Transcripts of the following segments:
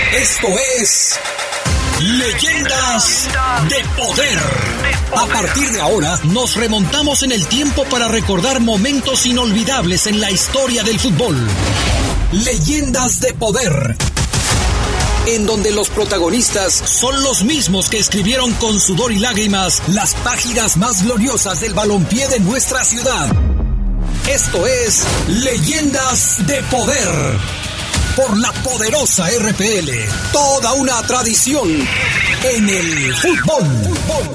Esto es Leyendas de Poder. A partir de ahora nos remontamos en el tiempo para recordar momentos inolvidables en la historia del fútbol. Leyendas de Poder, en donde los protagonistas son los mismos que escribieron con sudor y lágrimas las páginas más gloriosas del balompié de nuestra ciudad. Esto es Leyendas de Poder, por la poderosa RPL, toda una tradición en el fútbol.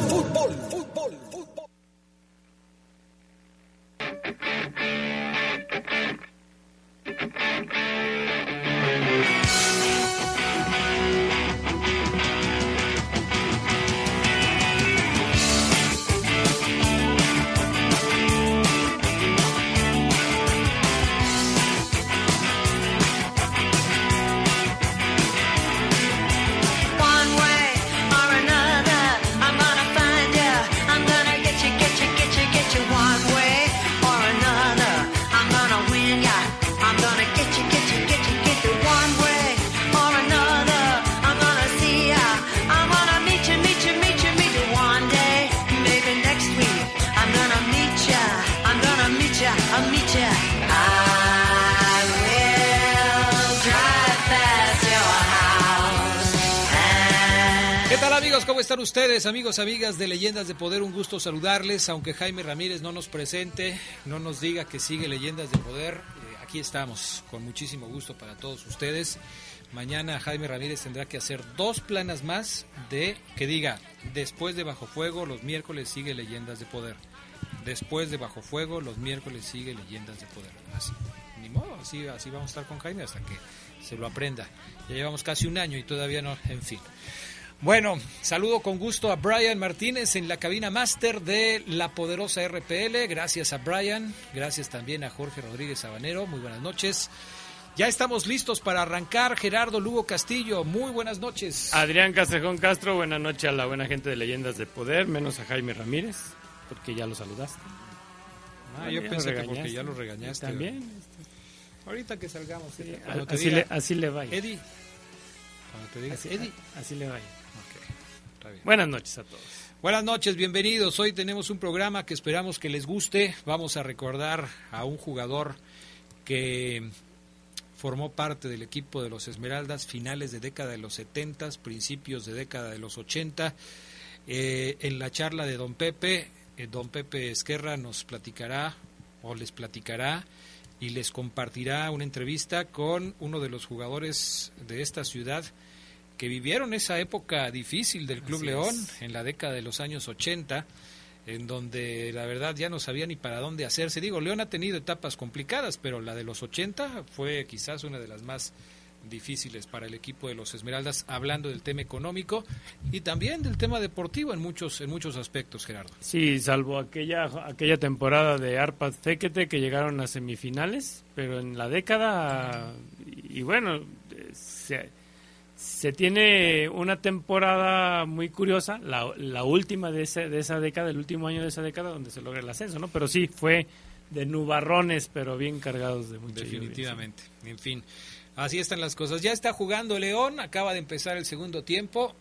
¿Cómo están ustedes, amigos, amigas de Leyendas de Poder? Un gusto saludarles, aunque Jaime Ramírez no nos presente, no nos diga que sigue Leyendas de Poder, aquí estamos, con muchísimo gusto para todos ustedes. Mañana Jaime Ramírez tendrá que hacer 2 planas más de que diga, después de Bajo Fuego, los miércoles sigue Leyendas de Poder. Después de Bajo Fuego, los miércoles sigue Leyendas de Poder. Así, ni modo, así vamos a estar con Jaime hasta que se lo aprenda. Ya llevamos casi un año y todavía no, en fin. Bueno, saludo con gusto a Brian Martínez en la cabina máster de la poderosa RPL. Gracias a Brian, gracias también a Jorge Rodríguez Sabanero. Muy buenas noches. Ya estamos listos para arrancar. Gerardo Lugo Castillo, muy buenas noches. Adrián Castrejón Castro, buenas noches a la buena gente de Leyendas de Poder, menos a Jaime Ramírez, porque ya lo saludaste. Yo pensé que porque ya lo regañaste. También. Ahorita que salgamos. Sí, así le vaya. Eddie. Cuando te digas Eddie. Así le vaya. Bien. Buenas noches a todos. Buenas noches, bienvenidos. Hoy tenemos un programa que esperamos que les guste. Vamos a recordar a un jugador que formó parte del equipo de los Esmeraldas finales de década de los 70, principios de década de los 80. En la charla de don Pepe Esquerra nos platicará o les platicará y les compartirá una entrevista con uno de los jugadores de esta ciudad que vivieron esa época difícil del Club León en la década de los años 80, en donde la verdad ya no sabía ni para dónde hacerse. Digo, León ha tenido etapas complicadas, pero la de los 80 fue quizás una de las más difíciles para el equipo de los Esmeraldas, hablando del tema económico y también del tema deportivo en muchos aspectos, Gerardo. Sí, salvo aquella temporada de Arpad Fekete que llegaron a semifinales, pero en la década, y bueno, se tiene una temporada muy curiosa, la última de esa década, el último año de esa década donde se logra el ascenso, ¿no? Pero sí, fue de nubarrones, pero bien cargados de mucha definitivamente, lluvia, sí. En fin, así están las cosas. Ya está jugando León, acaba de empezar el segundo tiempo,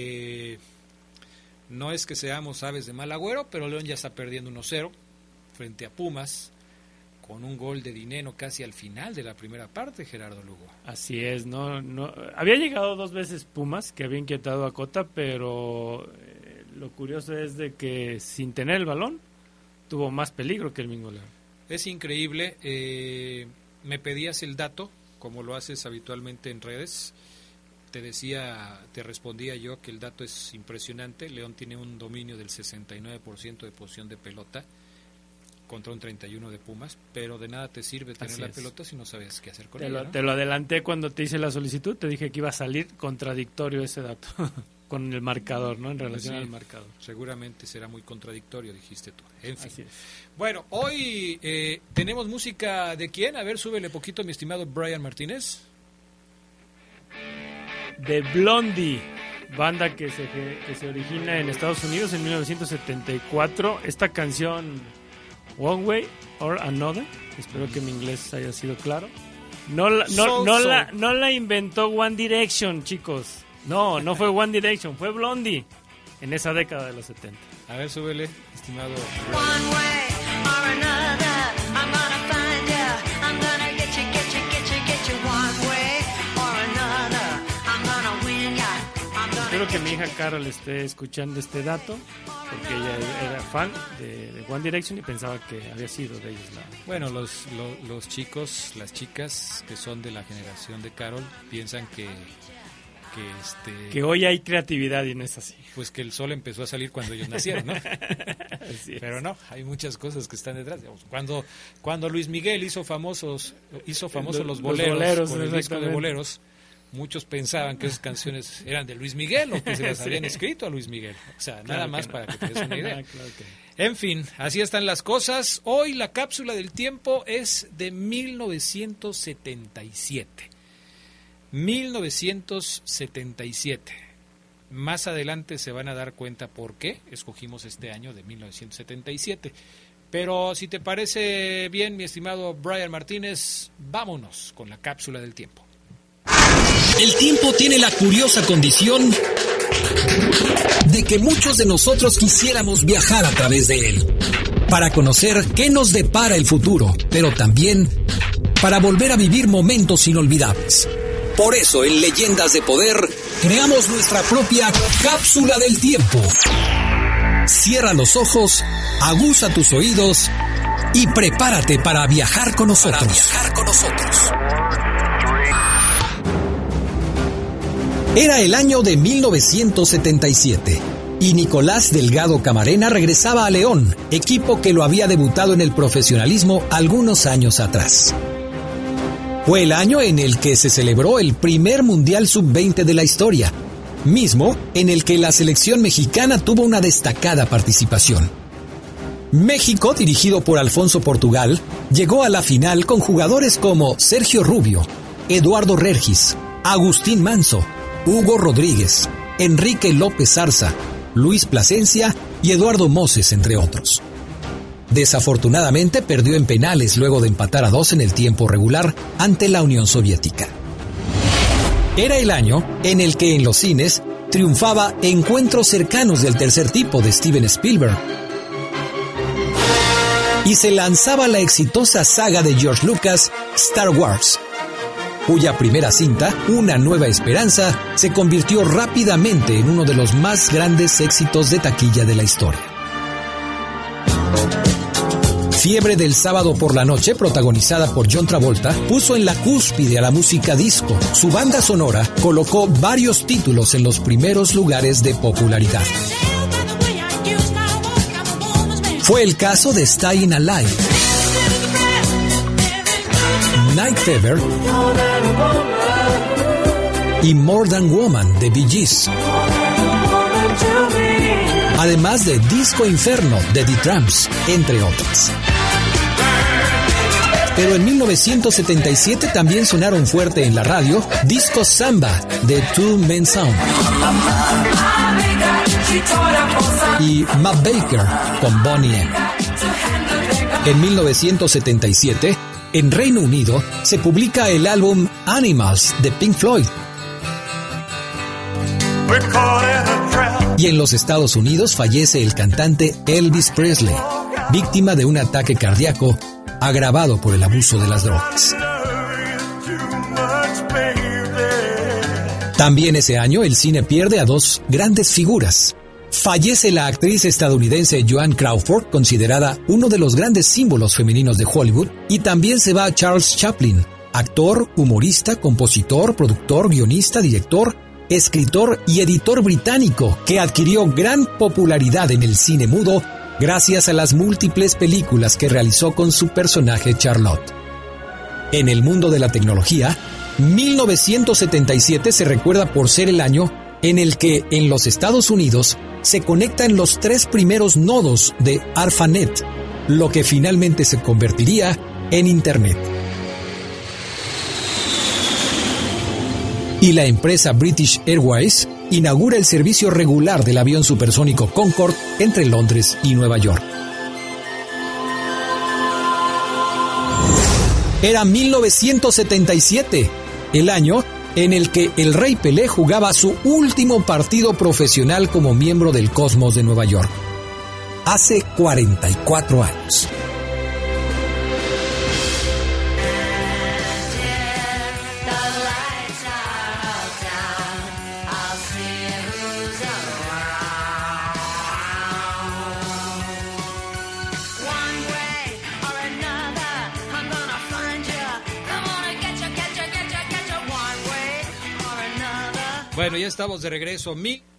no es que seamos aves de mal agüero, pero León ya está perdiendo 1-0 frente a Pumas, con un gol de Dineno casi al final de la primera parte, Gerardo Lugo. Así es, no había llegado 2 veces Pumas, que había inquietado a Cota, pero lo curioso es de que sin tener el balón tuvo más peligro que el mismo León. Es increíble, me pedías el dato, como lo haces habitualmente en redes, te respondía yo que el dato es impresionante. León tiene un dominio del 69% de posesión de pelota, contra un 31 de Pumas, pero de nada te sirve tener la pelota si no sabes qué hacer con ella, ¿no? Te lo adelanté cuando te hice la solicitud, te dije que iba a salir contradictorio ese dato con el marcador, ¿no? En relación al marcador. Seguramente será muy contradictorio, dijiste tú. En fin. Así es. Bueno, hoy tenemos música de quién? A ver, súbele poquito, mi estimado Brian Martínez. De Blondie, banda que se origina en Estados Unidos en 1974. Esta canción, One Way or Another, espero que mi inglés haya sido claro, No la inventó One Direction, chicos. No fue One Direction, fue Blondie en esa década de los 70. A ver, súbele, estimado. One way or another, I'm gonna find you. I'm gonna get you. One way or another, I'm gonna win ya. Espero que mi hija Carol esté escuchando este dato, porque ella era fan de One Direction y pensaba que había sido de ellos Bueno, los chicos, las chicas que son de la generación de Carol piensan que hoy hay creatividad y no es así. Pues que el sol empezó a salir cuando ellos nacieron, ¿no? Pero no, hay muchas cosas que están detrás. Cuando Luis Miguel hizo famosos los boleros con el disco de boleros, muchos pensaban que esas canciones eran de Luis Miguel o que se las habían escrito a Luis Miguel. O sea, nada más para que te des una idea. Claro que no. En fin, así están las cosas. Hoy la cápsula del tiempo es de 1977. 1977. Más adelante se van a dar cuenta por qué escogimos este año de 1977. Pero si te parece bien, mi estimado Brian Martínez, vámonos con la cápsula del tiempo. El tiempo tiene la curiosa condición de que muchos de nosotros quisiéramos viajar a través de él, para conocer qué nos depara el futuro, pero también para volver a vivir momentos inolvidables. Por eso, en Leyendas de Poder, creamos nuestra propia cápsula del tiempo. Cierra los ojos, aguza tus oídos y prepárate para viajar con nosotros. Era el año de 1977 y Nicolás Delgado Camarena regresaba a León, equipo que lo había debutado en el profesionalismo algunos años atrás. Fue el año en el que se celebró el primer Mundial Sub-20 de la historia, mismo en el que la selección mexicana tuvo una destacada participación. México, dirigido por Alfonso Portugal, llegó a la final con jugadores como Sergio Rubio, Eduardo Regis, Agustín Manso, Hugo Rodríguez, Enrique López Zarza, Luis Plasencia y Eduardo Moses, entre otros. Desafortunadamente perdió en penales luego de empatar a 2 en el tiempo regular ante la Unión Soviética. Era el año en el que en los cines triunfaba Encuentros cercanos del tercer tipo de Steven Spielberg y se lanzaba la exitosa saga de George Lucas, Star Wars, cuya primera cinta, Una Nueva Esperanza, se convirtió rápidamente en uno de los más grandes éxitos de taquilla de la historia. Fiebre del sábado por la noche, protagonizada por John Travolta, puso en la cúspide a la música disco. Su banda sonora colocó varios títulos en los primeros lugares de popularidad. Fue el caso de Staying Alive, Night Fever y More Than Woman de Bee Gees. Además de Disco Inferno de The Tramps, entre otras. Pero en 1977 también sonaron fuerte en la radio Disco Samba de Two Men Sound y Matt Baker con Boney M. En 1977, en Reino Unido, se publica el álbum Animals de Pink Floyd. Y en los Estados Unidos fallece el cantante Elvis Presley, víctima de un ataque cardíaco agravado por el abuso de las drogas. También ese año el cine pierde a 2 grandes figuras. Fallece la actriz estadounidense Joan Crawford, considerada uno de los grandes símbolos femeninos de Hollywood, y también se va Charles Chaplin, actor, humorista, compositor, productor, guionista, director, escritor y editor británico que adquirió gran popularidad en el cine mudo gracias a las múltiples películas que realizó con su personaje Charlotte. En el mundo de la tecnología, 1977 se recuerda por ser el año en el que en los Estados Unidos se conectan los 3 primeros nodos de ARPANET, lo que finalmente se convertiría en Internet. Y la empresa British Airways inaugura el servicio regular del avión supersónico Concorde entre Londres y Nueva York. era 1977, el año en el que el Rey Pelé jugaba su último partido profesional como miembro del Cosmos de Nueva York. Hace 44 años. Bueno, ya estamos de regreso.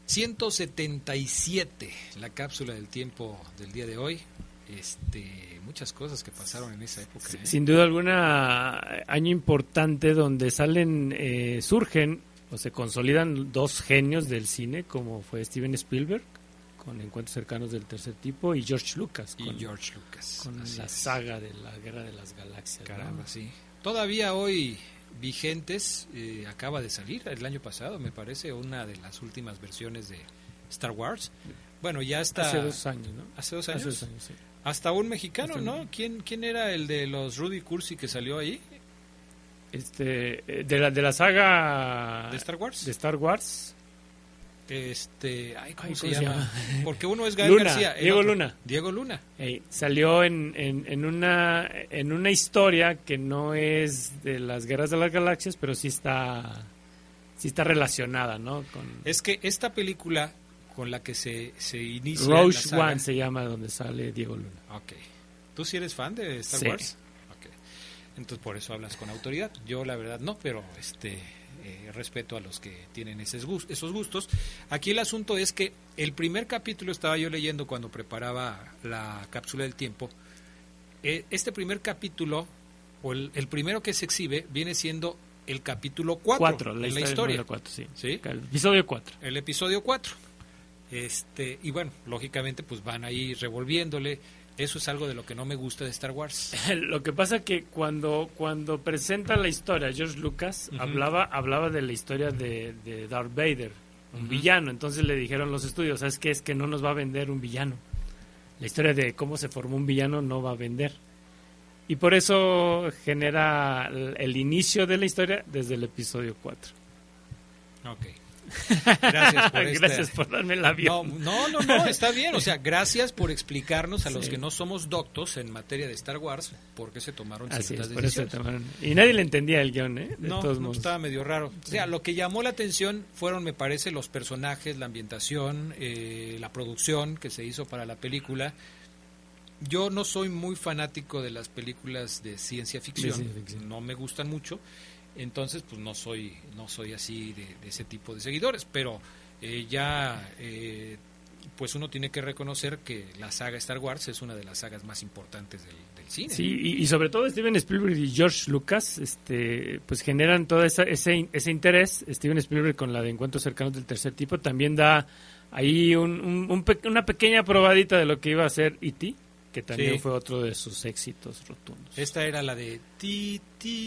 1177, la cápsula del tiempo del día de hoy. Muchas cosas que pasaron en esa época. Sin duda alguna, año importante donde surgen o se consolidan dos genios del cine, como fue Steven Spielberg, con Encuentros cercanos del tercer tipo, y George Lucas. Con la saga de la Guerra de las Galaxias. Caramba, ¿no? Sí. Todavía hoy vigentes, acaba de salir el año pasado, me parece, una de las últimas versiones de Star Wars. Bueno, ya está. Hace 2 años, ¿no? Hace 2 años. Hace 2 años, sí. Hasta un mexicano, ¿no? ¿Quién era el de los Rudy Cursi que salió ahí? De la saga de Star Wars. De Star Wars. ¿Cómo se llama? Porque uno es Gael García. Diego Luna. Diego Luna. Salió en una historia que no es de las Guerras de las Galaxias, pero sí está relacionada, ¿no? Es que esta película con la que se inicia Rogue la saga, One se llama, donde sale Diego Luna. Ok. ¿Tú sí eres fan de Star Sí. Wars? Ok. Entonces por eso hablas con autoridad. Yo la verdad no, pero respeto a los que tienen esos gustos. Aquí el asunto es que el primer capítulo, estaba yo leyendo cuando preparaba la cápsula del tiempo, este primer capítulo, o el primero que se exhibe, viene siendo el capítulo 4 de la historia. 4, sí. ¿Sí? El episodio 4. El episodio 4. Y bueno, lógicamente pues van ahí revolviéndole. Eso es algo de lo que no me gusta de Star Wars. Lo que pasa que cuando presenta la historia, George Lucas hablaba de la historia de Darth Vader, un villano. Entonces le dijeron los estudios, ¿sabes qué? Es que no nos va a vender un villano. La historia de cómo se formó un villano no va a vender. Y por eso genera el inicio de la historia desde el episodio 4. Ok. Gracias por Gracias por darme el avión. No, está bien. O sea, gracias por explicarnos a los que no somos doctos en materia de Star Wars por qué se tomaron ciertas decisiones. Y nadie le entendía el guión, ¿eh? De todos modos. Estaba medio raro. O sea, lo que llamó la atención fueron, me parece, los personajes, la ambientación, la producción que se hizo para la película. Yo no soy muy fanático de las películas de ciencia ficción. No me gustan mucho. Entonces, pues no soy así de ese tipo de seguidores, pero pues uno tiene que reconocer que la saga Star Wars es una de las sagas más importantes del cine. Sí, y sobre todo Steven Spielberg y George Lucas, pues generan todo ese interés. Steven Spielberg con la de Encuentros cercanos del tercer tipo también da ahí una pequeña probadita de lo que iba a ser E.T., que también fue otro de sus éxitos rotundos. Esta era la de ti.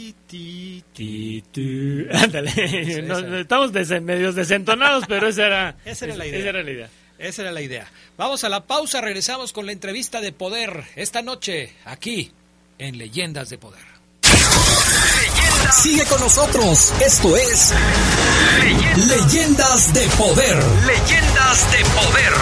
Ándale, estamos medios desentonados, pero esa era la idea. Esa era la idea. Vamos a la pausa, regresamos con la entrevista de poder esta noche, aquí en Leyendas de Poder. Sigue con nosotros, esto es Leyendas de Poder. Leyendas de Poder.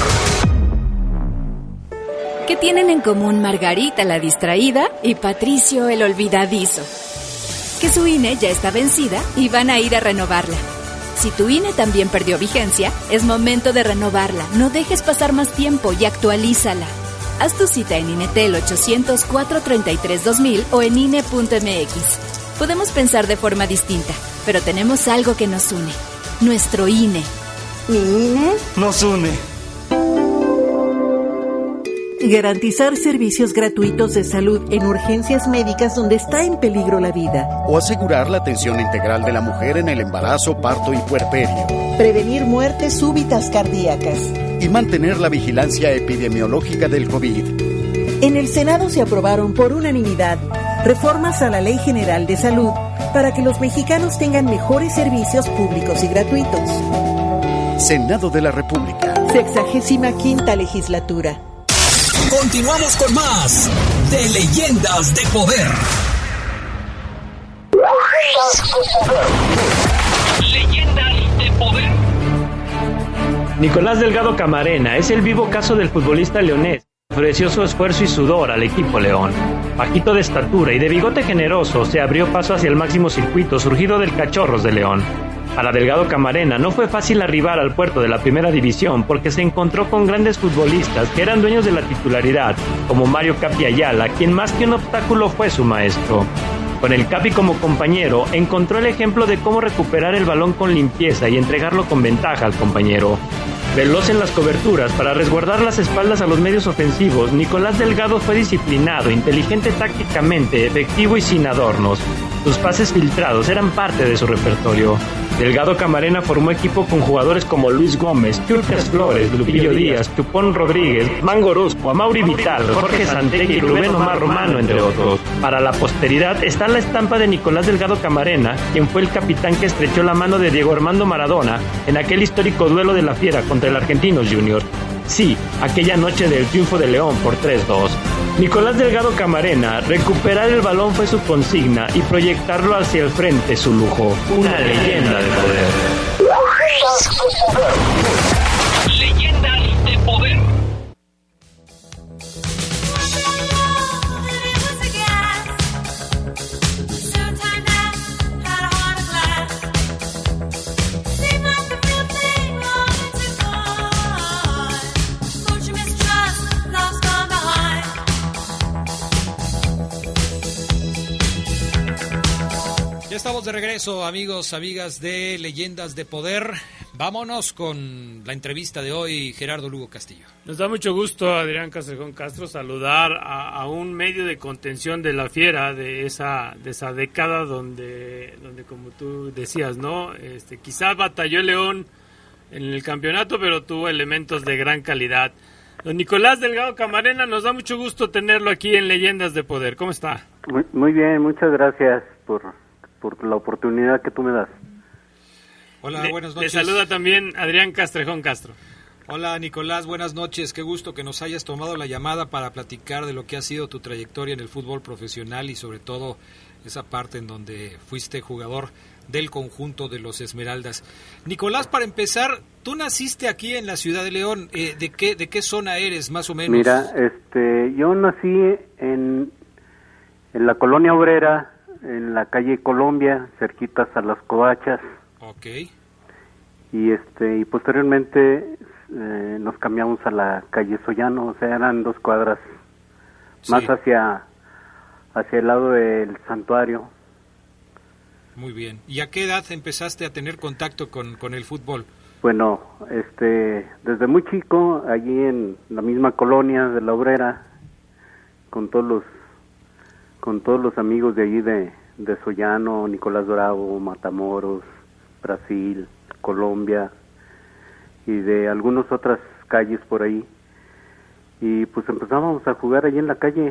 ¿Qué tienen en común Margarita la distraída y Patricio el olvidadizo? Que su INE ya está vencida y van a ir a renovarla. Si tu INE también perdió vigencia, es momento de renovarla. No dejes pasar más tiempo y actualízala. Haz tu cita en INETEL 800-433-2000 o en INE.mx. Podemos pensar de forma distinta, pero tenemos algo que nos une. Nuestro INE. ¿Mi INE? Nos une. Garantizar servicios gratuitos de salud en urgencias médicas donde está en peligro la vida. O asegurar la atención integral de la mujer en el embarazo, parto y puerperio. Prevenir muertes súbitas cardíacas. Y mantener la vigilancia epidemiológica del COVID. En el Senado se aprobaron por unanimidad reformas a la Ley General de Salud para que los mexicanos tengan mejores servicios públicos y gratuitos. Senado de la República. 65ª legislatura. Continuamos con más de Leyendas de Poder. Leyendas de poder. Nicolás Delgado Camarena es el vivo caso del futbolista leonés. Ofreció su esfuerzo y sudor al equipo León. Bajito de estatura y de bigote generoso, se abrió paso hacia el máximo circuito surgido del Cachorros de León. Para Delgado Camarena no fue fácil arribar al puerto de la primera división porque se encontró con grandes futbolistas que eran dueños de la titularidad, como Mario Capi Ayala, quien más que un obstáculo fue su maestro. Con el Capi como compañero, encontró el ejemplo de cómo recuperar el balón con limpieza y entregarlo con ventaja al compañero. Veloz en las coberturas para resguardar las espaldas a los medios ofensivos, Nicolás Delgado fue disciplinado, inteligente tácticamente, efectivo y sin adornos. Sus pases filtrados eran parte de su repertorio. Delgado Camarena formó equipo con jugadores como Luis Gómez, Churques Flores, Lupillo Díaz, Chupón Rodríguez, Mango Orozco, Amaury Vital, Jorge Santegui y Rubén Omar Romano, entre otros. Para la posteridad está la estampa de Nicolás Delgado Camarena, quien fue el capitán que estrechó la mano de Diego Armando Maradona en aquel histórico duelo de la Fiera contra el Argentinos Junior. Sí, aquella noche del triunfo de León por 3-2. Nicolás Delgado Camarena, recuperar el balón fue su consigna y proyectarlo hacia el frente su lujo. Una leyenda de poder. Leyendas de poder. Estamos de regreso, amigos, amigas de Leyendas de Poder. Vámonos con la entrevista de hoy, Gerardo Lugo Castillo. Nos da mucho gusto, Adrián Castrejón Castro, saludar a un medio de contención de la Fiera de esa década donde como tú decías, ¿no? Quizá batalló León en el campeonato, pero tuvo elementos de gran calidad. Don Nicolás Delgado Camarena, nos da mucho gusto tenerlo aquí en Leyendas de Poder. ¿Cómo está? Muy bien, muchas gracias por la oportunidad que tú me das. Hola, buenas noches. Le saluda también Adrián Castrejón Castro. Hola, Nicolás, buenas noches. Qué gusto que nos hayas tomado la llamada para platicar de lo que ha sido tu trayectoria en el fútbol profesional y sobre todo esa parte en donde fuiste jugador del conjunto de los Esmeraldas. Nicolás, para empezar, tú naciste aquí en la ciudad de León. ¿De qué zona eres, más o menos? Mira, yo nací en la colonia obrera, en la calle Colombia, cerquitas a las Covachas. Okay. Y posteriormente nos cambiamos a la calle Sollano, o sea, eran 2 cuadras más hacia el lado del santuario. Muy bien. ¿Y a qué edad empezaste a tener contacto con el fútbol? Bueno, desde muy chico, allí en la misma colonia de la obrera, con todos los amigos de allí de Sollano, Nicolás Bravo, Matamoros, Brasil, Colombia y de algunas otras calles por ahí. Y pues empezábamos a jugar allí en la calle,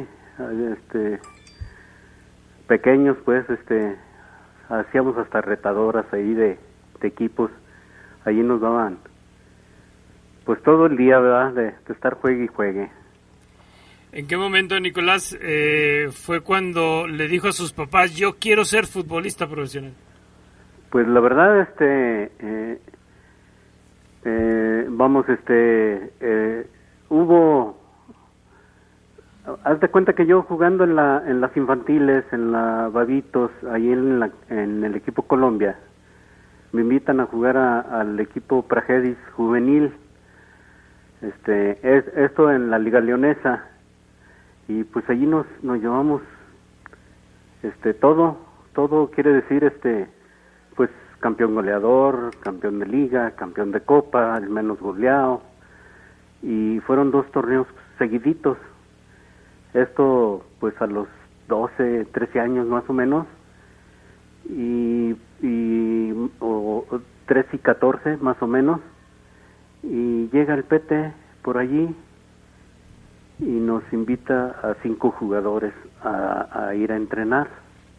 pequeños pues, hacíamos hasta retadoras ahí de equipos. Allí nos daban pues todo el día, ¿verdad? De estar juegue y juegue. ¿En qué momento, Nicolás, fue cuando le dijo a sus papás, yo quiero ser futbolista profesional? Pues la verdad, hubo, haz de cuenta que yo jugando en las infantiles, en la Babitos, ahí en el equipo Colombia, me invitan a jugar al equipo Pragedis juvenil, esto en la Liga Leonesa. Y pues allí nos llevamos todo quiere decir pues campeón goleador, campeón de liga, campeón de copa, el menos goleado, y fueron 2 torneos seguiditos. Esto pues a los 12, 13 años más o menos, o 13 y 14 más o menos, y llega el Pete por allí y nos invita a 5 jugadores a ir a entrenar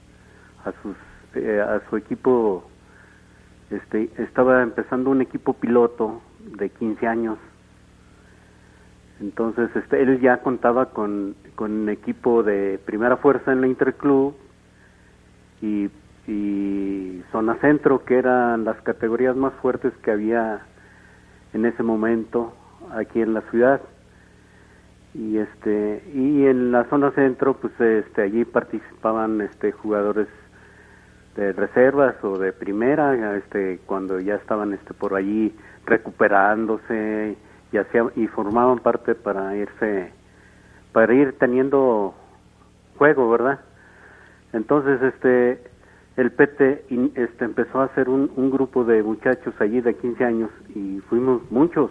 a su equipo. Estaba empezando un equipo piloto de 15 años, entonces él ya contaba con equipo de primera fuerza en la Interclub y y zona centro, que eran las categorías más fuertes que había en ese momento aquí en la ciudad. Y en la zona centro, pues allí participaban jugadores de reservas o de primera, cuando ya estaban por allí recuperándose y formaban parte para ir teniendo juego, ¿verdad? Entonces el PT empezó a hacer un grupo de muchachos allí de 15 años y fuimos muchos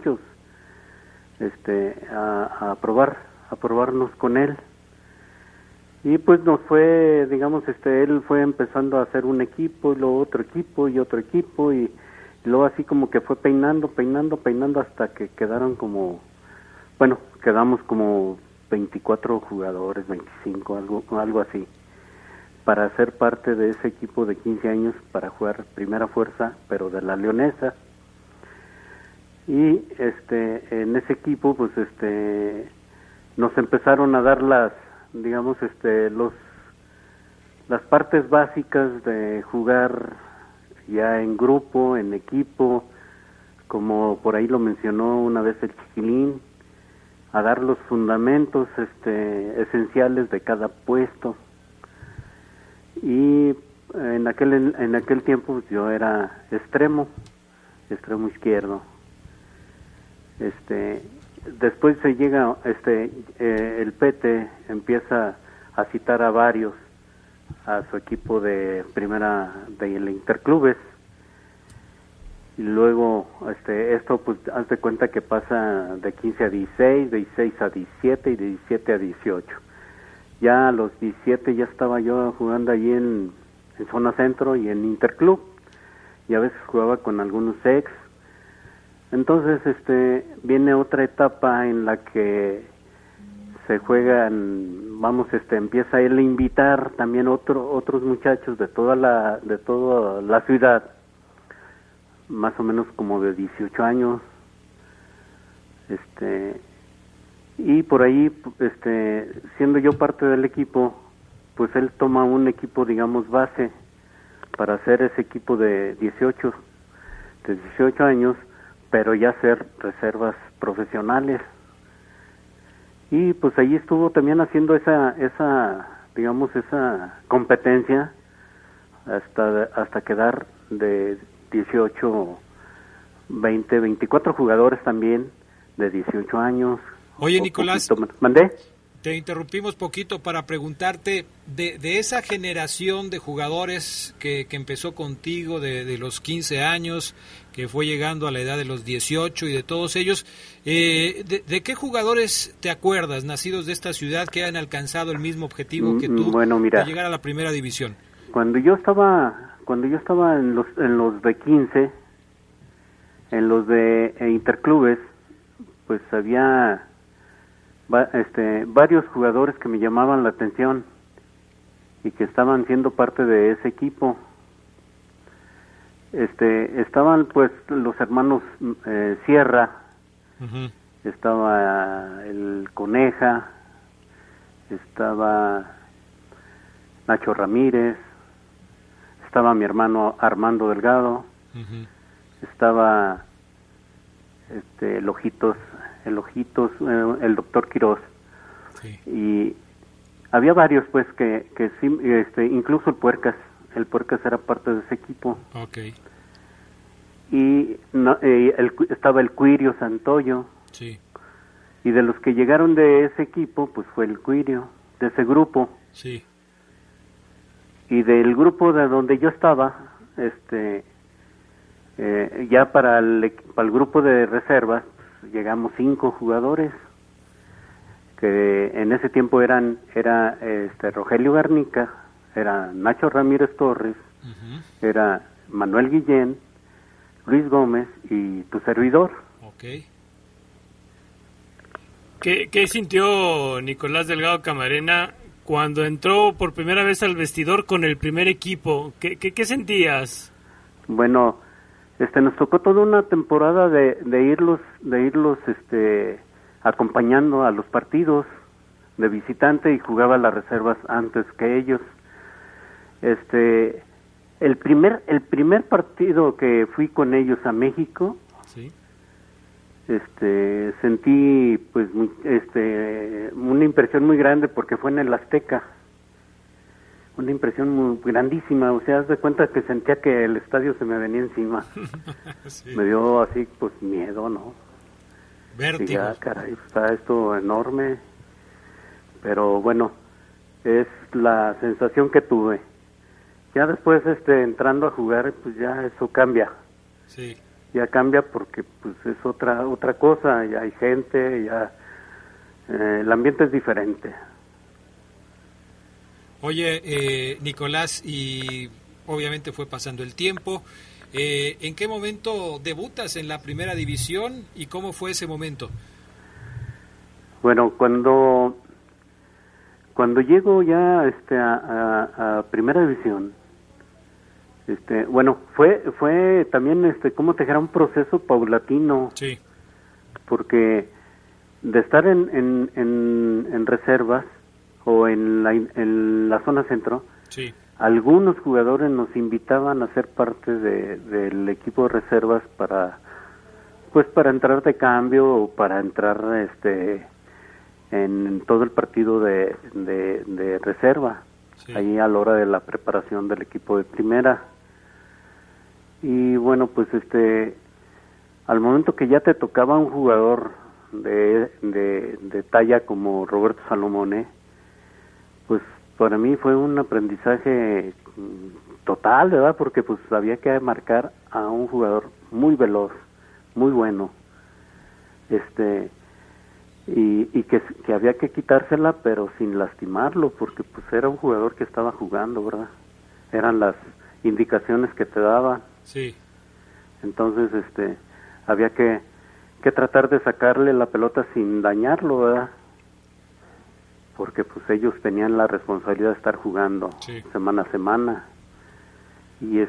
a probarnos con él. Y pues nos fue, digamos, él fue empezando a hacer un equipo, y luego otro equipo, y otro equipo, y luego así como que fue peinando hasta que quedamos como 24 jugadores, 25, algo así, para ser parte de ese equipo de 15 años para jugar primera fuerza, pero de la Leonesa. Y en ese equipo pues nos empezaron a dar las partes básicas de jugar ya en grupo, en equipo, como por ahí lo mencionó una vez el Chiquilín, a dar los fundamentos esenciales de cada puesto. Y en aquel tiempo pues, yo era extremo izquierdo. Después se llega el PT empieza a citar a varios a su equipo de primera de la Interclubes, y luego esto pues haz de cuenta que pasa de 15 a 16, de 16 a 17 y de 17 a 18. Ya a los 17 ya estaba yo jugando allí en zona centro y en Interclub, y a veces jugaba con algunos ex. Entonces viene otra etapa en la que se juegan, empieza él a invitar también otros muchachos de toda la ciudad, más o menos como de 18 años, y por ahí siendo yo parte del equipo, pues él toma un equipo, digamos, base para hacer ese equipo de 18 años, pero ya ser reservas profesionales. Y pues allí estuvo también haciendo esa competencia hasta quedar de 18, 20, 24 jugadores también de 18 años. Oye, Nicolás, ¿mandé? Te interrumpimos poquito para preguntarte de esa generación de jugadores que empezó contigo de los 15 años, que fue llegando a la edad de los 18 y de todos ellos, ¿de qué jugadores te acuerdas nacidos de esta ciudad que han alcanzado el mismo objetivo que tú, bueno, mira, de llegar a la primera división? Cuando yo estaba en los de 15, en los de Interclubes, pues había varios jugadores que me llamaban la atención y que estaban siendo parte de ese equipo. Estaban pues los hermanos Sierra, uh-huh. Estaba el Coneja, estaba Nacho Ramírez, estaba mi hermano Armando Delgado, uh-huh. Estaba el Ojitos, el doctor Quiroz, sí. Y había varios pues que sí, incluso el Puercas era parte de ese equipo. Okay. Y estaba el Cuirio Santoyo, sí. Y de los que llegaron de ese equipo pues fue el Cuirio, de ese grupo, sí. Y del grupo de donde yo estaba, ya para el grupo de reservas llegamos 5 jugadores, que en ese tiempo era Rogelio Garnica, era Nacho Ramírez Torres, uh-huh. Era Manuel Guillén, Luis Gómez y tu servidor. Okay. ¿Qué sintió Nicolás Delgado Camarena cuando entró por primera vez al vestidor con el primer equipo? ¿Qué sentías? Bueno, nos tocó toda una temporada de irlos acompañando a los partidos de visitante, y jugaba las reservas antes que ellos. El primer partido que fui con ellos a México, Sí. sentí pues una impresión muy grande porque fue en el Azteca. Una impresión muy grandísima, o sea, haz de cuenta que sentía que el estadio se me venía encima. Sí. Me dio así pues miedo, ¿no? Vértigo. Dije, caray, está esto enorme. Pero bueno, es la sensación que tuve. Ya después entrando a jugar, pues ya eso cambia. Sí. Ya cambia porque pues es otra cosa, ya hay gente, ya el ambiente es diferente. Oye, Nicolás, y obviamente fue pasando el tiempo. ¿En qué momento debutas en la primera división y cómo fue ese momento? Bueno, cuando llego ya a primera división, bueno, fue también cómo te dijera, un proceso paulatino. Sí. Porque de estar en reservas o en la zona centro, Sí. algunos jugadores nos invitaban a ser parte del equipo de reservas para entrar de cambio o para entrar en todo el partido de reserva, Sí. ahí a la hora de la preparación del equipo de primera. Y bueno, pues al momento que ya te tocaba un jugador de talla como Roberto Salomone, pues para mí fue un aprendizaje total, ¿verdad? Porque pues había que marcar a un jugador muy veloz, muy bueno, y que había que quitársela pero sin lastimarlo, porque pues era un jugador que estaba jugando, ¿verdad? Eran las indicaciones que te daban. Sí. Entonces había que tratar de sacarle la pelota sin dañarlo, ¿verdad? Porque pues ellos tenían la responsabilidad de estar jugando Sí. semana a semana. Y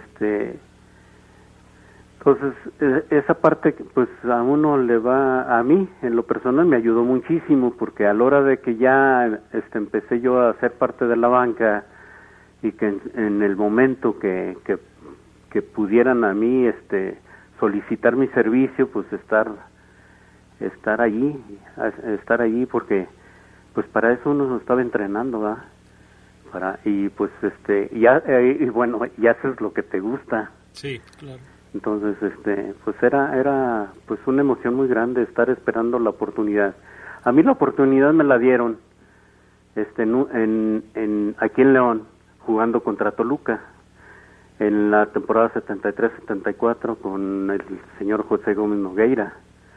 entonces esa parte pues a uno a mí en lo personal me ayudó muchísimo, porque a la hora de que ya empecé yo a ser parte de la banca y que en el momento que pudieran a mí solicitar mi servicio, pues estar allí porque pues para eso uno estaba entrenando, ¿verdad? Y pues y bueno, y haces lo que te gusta. Sí, claro. Entonces pues era pues una emoción muy grande estar esperando la oportunidad. A mí la oportunidad me la dieron aquí en León, jugando contra Toluca en la temporada 73-74 con el señor José Gómez Nogueira.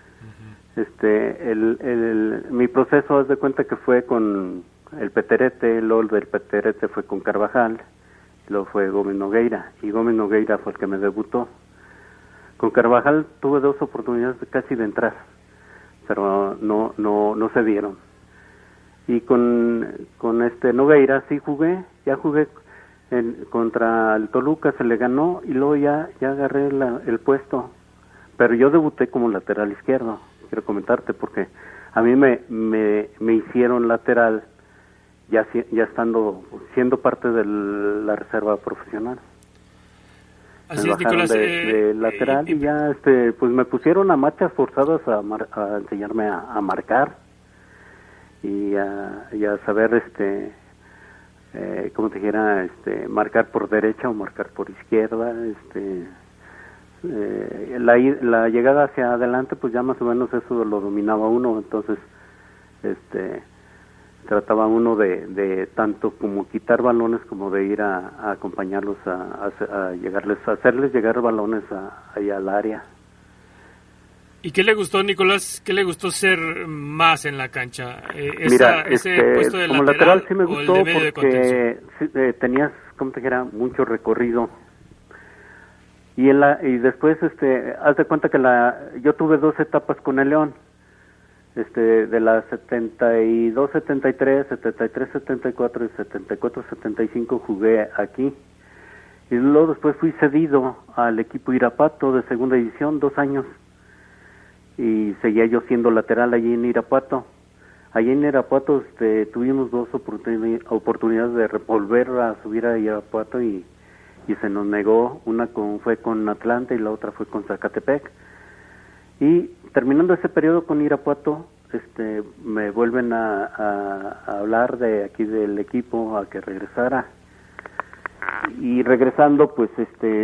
Mi proceso, haz de cuenta que fue con el Peterete, luego del Peterete fue con Carvajal, luego fue Gómez Nogueira, y Gómez Nogueira fue el que me debutó. Con Carvajal tuve 2 oportunidades casi de entrar, pero no se dieron. Y con Nogueira sí jugué contra el Toluca, se le ganó y luego ya agarré el puesto, pero yo debuté como lateral izquierdo, quiero comentarte, porque a mí me hicieron lateral ya siendo parte de la reserva profesional. Así Me es, Nicolás. de lateral y ya pues me pusieron a marchas forzadas a enseñarme a marcar y a saber como te dijera, marcar por derecha o marcar por izquierda. La llegada hacia adelante pues ya más o menos eso lo dominaba uno, entonces trataba uno de tanto como quitar balones como de ir a acompañarlos a hacerles llegar balones ahí al área. ¿Y qué le gustó, Nicolás? ¿Qué le gustó ser más en la cancha? Mira, ese puesto de como lateral sí me gustó porque tenías, como te dijera, mucho recorrido. Y después, haz de cuenta que yo tuve 2 etapas con el León. De la 72-73, 73-74 y 74-75 jugué aquí. Y luego después fui cedido al equipo Irapuato de segunda división, 2 años. Y seguía yo siendo lateral allí en Irapuato. allí en Irapuato tuvimos 2 oportunidades de volver a subir a Irapuato y se nos negó. Una fue con Atlanta y la otra fue con Zacatepec. Y terminando ese periodo con Irapuato, me vuelven a hablar de aquí del equipo a que regresara. Y regresando, pues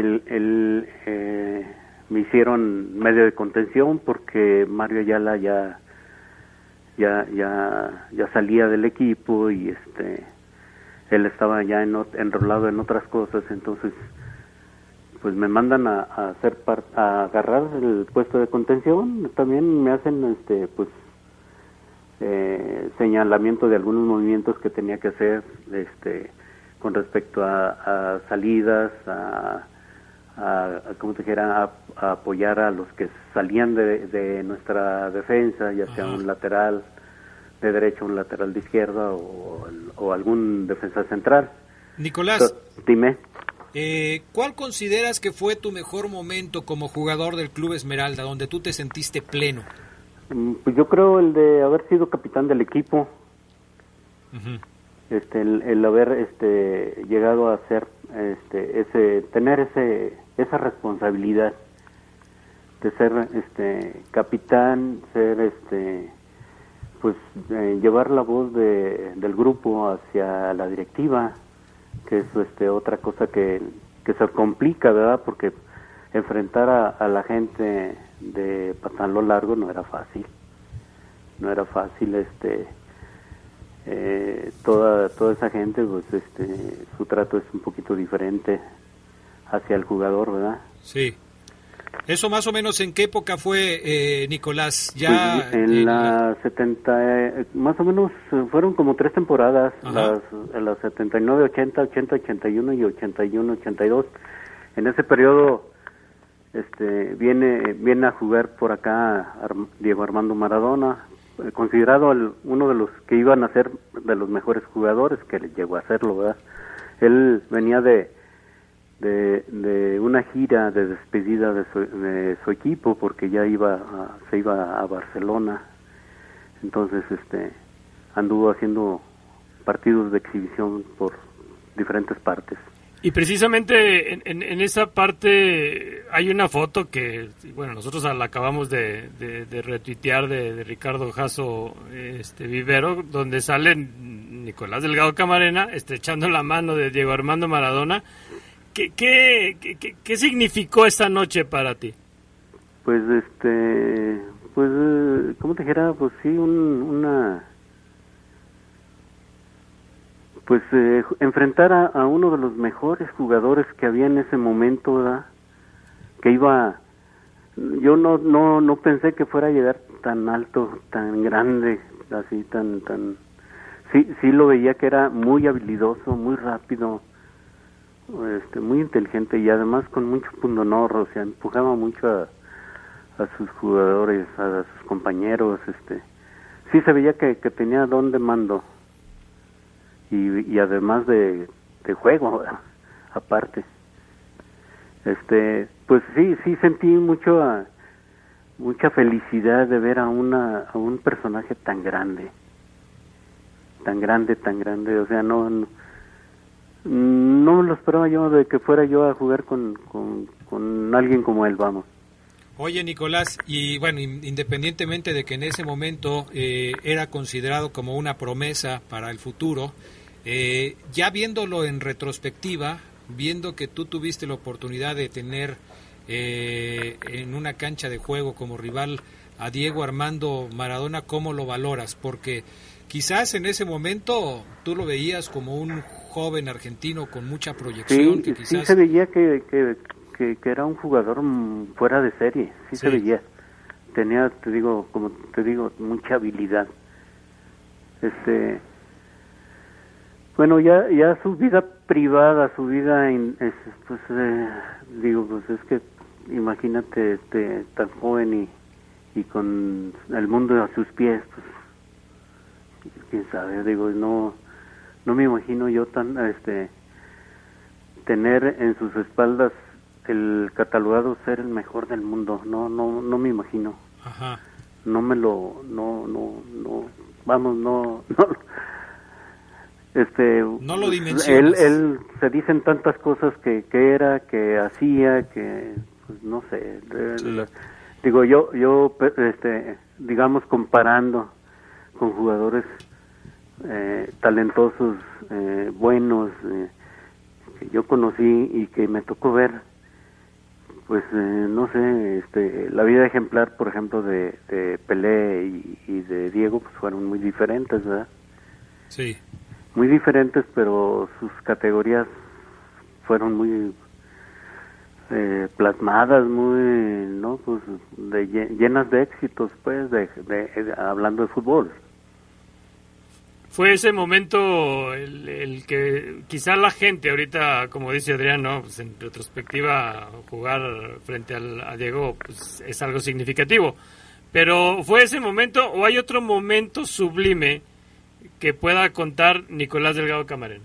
me hicieron medio de contención porque Mario Ayala ya salía del equipo y él estaba ya enrolado en otras cosas. Entonces pues me mandan a agarrar el puesto de contención. También me hacen señalamiento de algunos movimientos que tenía que hacer con respecto a salidas, como te dijera, a apoyar a los que salían de nuestra defensa, ya sea un lateral de derecha, un lateral de izquierda o algún defensa central. Nicolás, dime. ¿Cuál consideras que fue tu mejor momento como jugador del Club Esmeralda, donde tú te sentiste pleno? Pues yo creo el de haber sido capitán del equipo. Uh-huh. El haber llegado a ser tener esa responsabilidad de ser capitán, ser pues llevar la voz del grupo hacia la directiva, que es otra cosa que se complica, ¿verdad? Porque enfrentar a la gente de Pantalón Largo no era fácil, toda esa gente, pues su trato es un poquito diferente hacia el jugador, ¿verdad? Sí. ¿Eso más o menos en qué época fue, Nicolás? Ya pues en la 70, más o menos fueron como 3 temporadas, las 79, 80, 80, 81 y 81, 82. En ese periodo viene a jugar por acá Diego Armando Maradona, considerado uno de los que iban a ser de los mejores jugadores, que llegó a serlo, ¿verdad? Él venía de una gira de despedida de su equipo, porque ya se iba a Barcelona. Entonces anduvo haciendo partidos de exhibición por diferentes partes. Y precisamente en esa parte hay una foto que, bueno, nosotros la acabamos de retuitear de Ricardo Jasso Vivero, donde sale Nicolás Delgado Camarena estrechando la mano de Diego Armando Maradona. ¿Qué significó esta noche para ti? Pues, ¿cómo te dijera? Pues sí, enfrentar a uno de los mejores jugadores que había en ese momento, ¿verdad? Yo no pensé que fuera a llegar tan alto, tan grande, así, sí lo veía que era muy habilidoso, muy rápido, muy inteligente y además con mucho pundonor, o sea, empujaba mucho a sus jugadores, a sus compañeros, sí se veía que tenía don de mando y además de juego, aparte. Pues sí sentí mucha felicidad de ver a un personaje tan grande, o sea, no me lo esperaba yo de que fuera yo a jugar con alguien como él, vamos. Oye, Nicolás, y bueno, independientemente de que en ese momento era considerado como una promesa para el futuro, ya viéndolo en retrospectiva, viendo que tú tuviste la oportunidad de tener en una cancha de juego como rival a Diego Armando Maradona, ¿cómo lo valoras? Porque quizás en ese momento tú lo veías como un joven argentino con mucha proyección. Sí, que quizás... sí se veía que era un jugador fuera de serie, sí se veía. Tenía, como te digo, mucha habilidad. Bueno, ya su vida privada, su vida, pues es que imagínate tan joven y con el mundo a sus pies, pues quién sabe, no me imagino yo tener en sus espaldas el catalogado ser el mejor del mundo, no me imagino. Ajá. no me lo, no, vamos, no, no lo dimensionas. Él se dicen tantas cosas que era, que hacía, que, pues, no sé, digo, yo, digamos, comparando con jugadores talentosos, buenos, que yo conocí y que me tocó ver, pues no sé, la vida ejemplar, por ejemplo, de Pelé y de Diego, pues fueron muy diferentes, ¿verdad? Sí. Muy diferentes, pero sus categorías fueron muy plasmadas, muy, ¿no? Pues llenas de éxitos, pues, hablando de fútbol. Fue ese momento el que quizá la gente ahorita, como dice Adrián, ¿no? Pues en retrospectiva, jugar frente a Diego pues es algo significativo. Pero ¿fue ese momento o hay otro momento sublime que pueda contar Nicolás Delgado Camarena?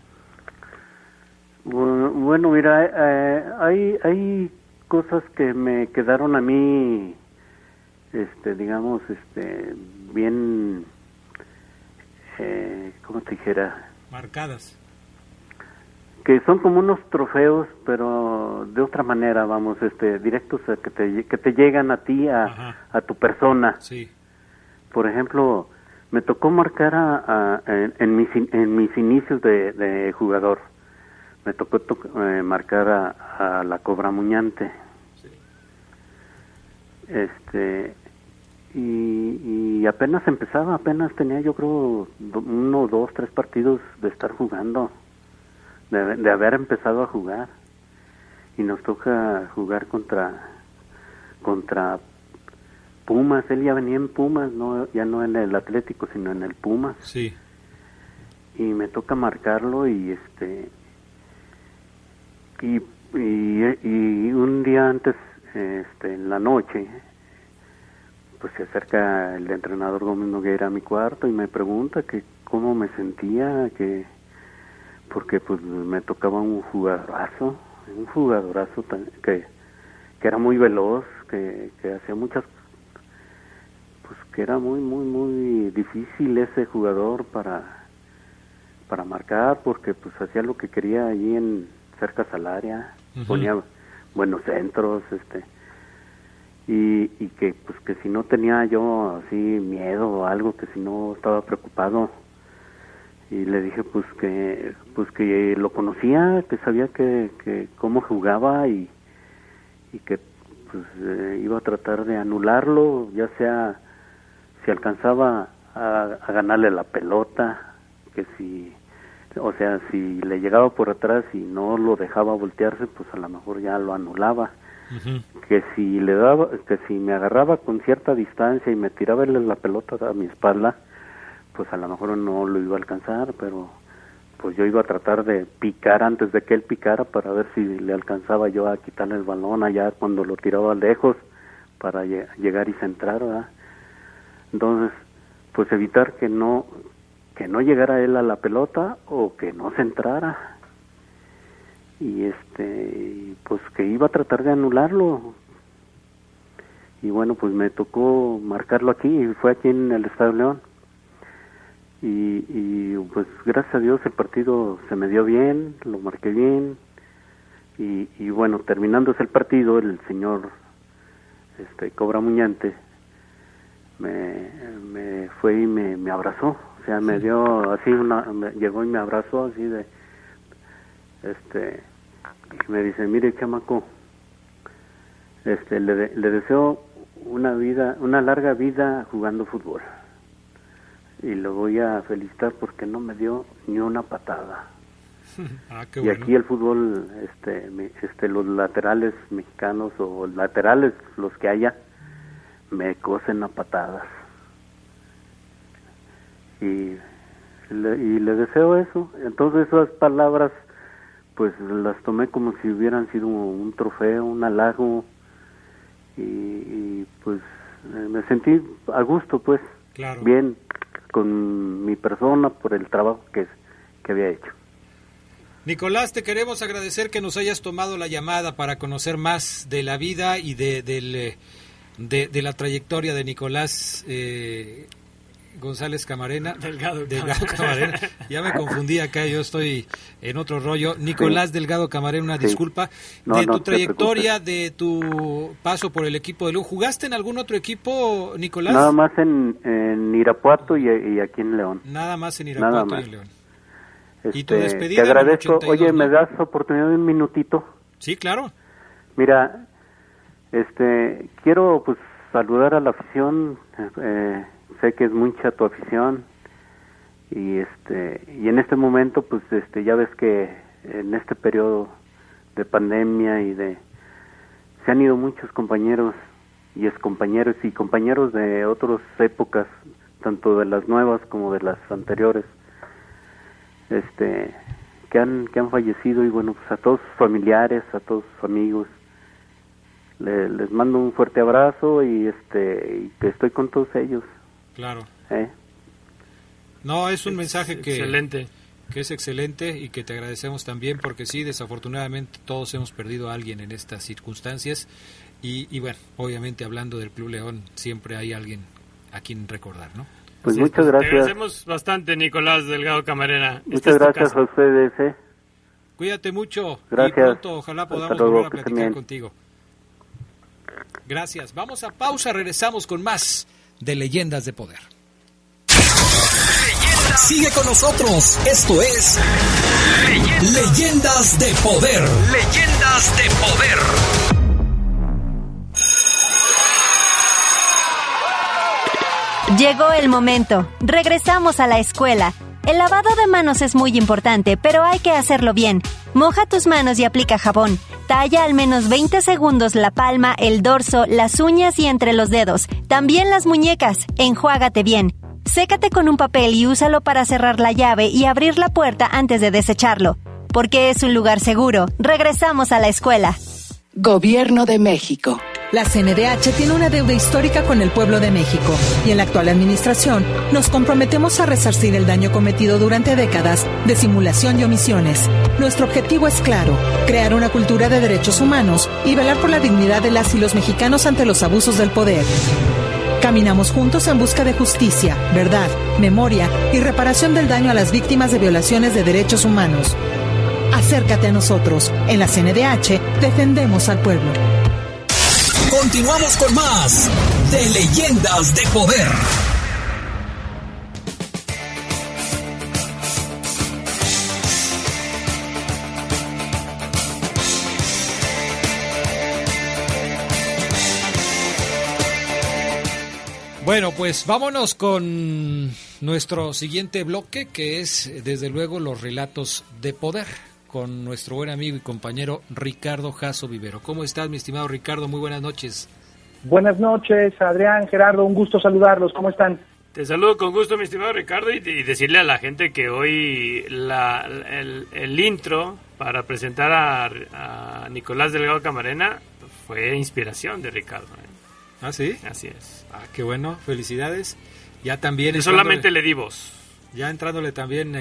Bueno, mira, hay cosas que me quedaron a mí, digamos, bien... ¿cómo te dijera? Marcadas. Que son como unos trofeos, pero de otra manera, vamos, directos a que te llegan a ti, a tu persona. Sí. Por ejemplo, me tocó marcar en mis inicios de jugador. Me tocó marcar a la Cobra Muñante. Sí. Y apenas empezaba, apenas tenía yo creo 1, 2, 3 partidos de estar jugando, de haber empezado a jugar, y nos toca jugar contra Pumas. Él ya venía en Pumas, ya no en el Atlético, sino en el Pumas. Sí. Y me toca marcarlo y un día antes, en la noche, pues se acerca el entrenador Gómez Nogueira a mi cuarto y me pregunta que cómo me sentía, porque pues me tocaba un jugadorazo que era muy veloz, que hacía muchas, pues que era muy muy muy difícil ese jugador para marcar, porque pues hacía lo que quería allí en cerca al área, ponía buenos centros, y que pues que si no tenía yo así miedo o algo, que si no estaba preocupado, y le dije pues que lo conocía, que sabía que cómo jugaba y que pues iba a tratar de anularlo, ya sea si alcanzaba a ganarle la pelota, que si le llegaba por atrás y no lo dejaba voltearse, pues a lo mejor ya lo anulaba. Que si me agarraba con cierta distancia y me tiraba la pelota a mi espalda, pues a lo mejor no lo iba a alcanzar, pero pues yo iba a tratar de picar antes de que él picara para ver si le alcanzaba yo a quitarle el balón allá cuando lo tiraba lejos para llegar y centrar, ¿verdad? Entonces, pues evitar que no llegara él a la pelota o que no centrara. Y pues que iba a tratar de anularlo. Y bueno, pues me tocó marcarlo aquí, y fue aquí en el Estadio León. Y pues gracias a Dios el partido se me dio bien, lo marqué bien. Y bueno, terminándose el partido, el señor Cobra Muñante me fue y me abrazó. O sea, me dio así llegó y me abrazó así de y me dice, mire chamaco, le deseo una larga vida jugando fútbol, y lo voy a felicitar porque no me dio ni una patada. Qué y bueno. Aquí el fútbol, los laterales mexicanos o laterales, los que haya, me cosen a patadas. Y le deseo eso. Entonces esas palabras pues las tomé como si hubieran sido un trofeo, un halago, y pues me sentí a gusto, pues, claro, bien con mi persona por el trabajo que había hecho. Nicolás, te queremos agradecer que nos hayas tomado la llamada para conocer más de la vida y del de la trayectoria de Nicolás González Camarena. Delgado Camarena. Ya me confundí acá, yo estoy en otro rollo. Nicolás Delgado Camarena, una disculpa. De tu trayectoria, de tu paso por el equipo de León. ¿Jugaste en algún otro equipo, Nicolás? Nada más en Irapuato y aquí en León. Nada más en Irapuato y en León. ¿Y tu despedida? Te agradezco. 82, oye, ¿no? ¿Me das oportunidad de un minutito? Sí, claro. Mira, quiero pues saludar a la afición. Sé que es mucha tu afición y en este momento pues ya ves que en este periodo de pandemia se han ido muchos compañeros y excompañeros y compañeros de otras épocas, tanto de las nuevas como de las anteriores, que han fallecido, y bueno, pues a todos sus familiares, a todos sus amigos les mando un fuerte abrazo y que estoy con todos ellos. Claro. No, es un mensaje que es excelente y que te agradecemos también, porque sí, desafortunadamente todos hemos perdido a alguien en estas circunstancias y bueno, obviamente hablando del Club León siempre hay alguien a quien recordar, ¿no? Pues muchas gracias. Te agradecemos bastante, Nicolás Delgado Camarena. Muchas gracias a ustedes. Cuídate mucho. Gracias. Y pronto ojalá podamos volver a platicar contigo. Gracias. Vamos a pausa, regresamos con más de Leyendas de Poder. Sigue con nosotros. Esto es Leyendas de Poder. Leyendas de Poder. Llegó el momento. Regresamos a la escuela. El lavado de manos es muy importante, pero hay que hacerlo bien. Moja tus manos y aplica jabón. Talla al menos 20 segundos la palma, el dorso, las uñas y entre los dedos. También las muñecas. Enjuágate bien. Sécate con un papel y úsalo para cerrar la llave y abrir la puerta antes de desecharlo. Porque es un lugar seguro. Regresamos a la escuela. Gobierno de México. La CNDH tiene una deuda histórica con el pueblo de México y en la actual administración nos comprometemos a resarcir el daño cometido durante décadas de simulación y omisiones. Nuestro objetivo es claro: crear una cultura de derechos humanos y velar por la dignidad de las y los mexicanos ante los abusos del poder. Caminamos juntos en busca de justicia, verdad, memoria y reparación del daño a las víctimas de violaciones de derechos humanos. Acércate a nosotros. En la CNDH defendemos al pueblo. Continuamos con más de Leyendas de Poder. Bueno, pues vámonos con nuestro siguiente bloque, que es desde luego los relatos de poder, con nuestro buen amigo y compañero Ricardo Jasso Vivero. ¿Cómo estás, mi estimado Ricardo? Muy buenas noches. Buenas noches, Adrián, Gerardo, un gusto saludarlos. ¿Cómo están? Te saludo con gusto, mi estimado Ricardo, y decirle a la gente que hoy el intro para presentar a Nicolás Delgado Camarena fue inspiración de Ricardo. ¿Ah, sí? Así es. Ah, qué bueno, felicidades. Ya también... Y solamente le di voz. Ya entrándole también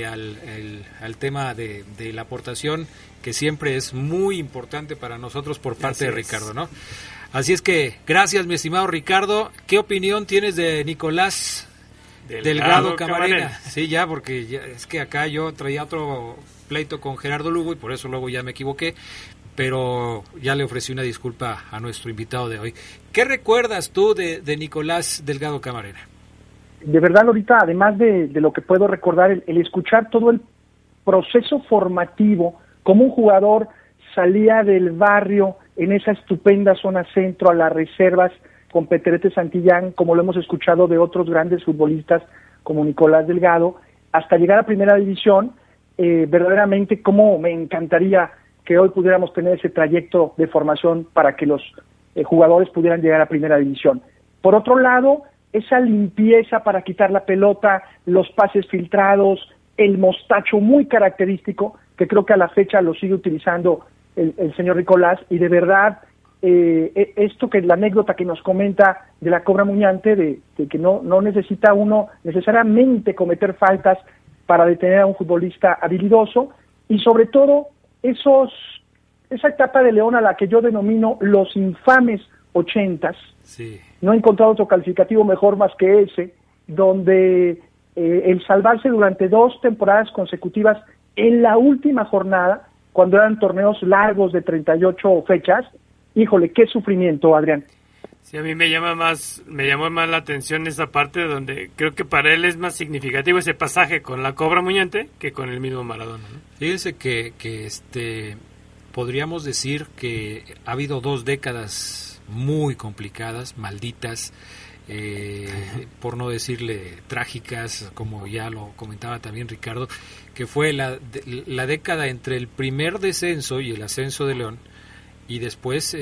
al tema de la aportación, que siempre es muy importante para nosotros por parte de Ricardo, ¿no? Así es que, gracias, mi estimado Ricardo. ¿Qué opinión tienes de Nicolás Delgado Camarena? Sí, ya, porque es que acá yo traía otro pleito con Gerardo Lugo y por eso luego ya me equivoqué, pero ya le ofrecí una disculpa a nuestro invitado de hoy. ¿Qué recuerdas tú de Nicolás Delgado Camarena? De verdad, ahorita, además de lo que puedo recordar, el escuchar todo el proceso formativo, cómo un jugador salía del barrio en esa estupenda zona centro a las reservas con Peterete Santillán, como lo hemos escuchado de otros grandes futbolistas como Nicolás Delgado, hasta llegar a Primera División, verdaderamente cómo me encantaría que hoy pudiéramos tener ese trayecto de formación para que los jugadores pudieran llegar a Primera División. Por otro lado, esa limpieza para quitar la pelota, los pases filtrados, el mostacho muy característico, que creo que a la fecha lo sigue utilizando el señor Nicolás, y de verdad, esto que la anécdota que nos comenta de la Cobra Muñante, de que no necesita uno necesariamente cometer faltas para detener a un futbolista habilidoso, y sobre todo esa etapa de León a la que yo denomino los infames 80s. Sí. No he encontrado otro calificativo mejor más que ese, donde el salvarse durante 2 temporadas consecutivas en la última jornada, cuando eran torneos largos de 38 fechas, híjole, qué sufrimiento, Adrián. Sí, a mí me llamó más la atención esa parte donde creo que para él es más significativo ese pasaje con la Cobra Muñante que con el mismo Maradona, ¿no? Fíjense que podríamos decir que ha habido 2 décadas muy complicadas, malditas, por no decirle trágicas, como ya lo comentaba también Ricardo, que fue la década entre el primer descenso y el ascenso de León, y después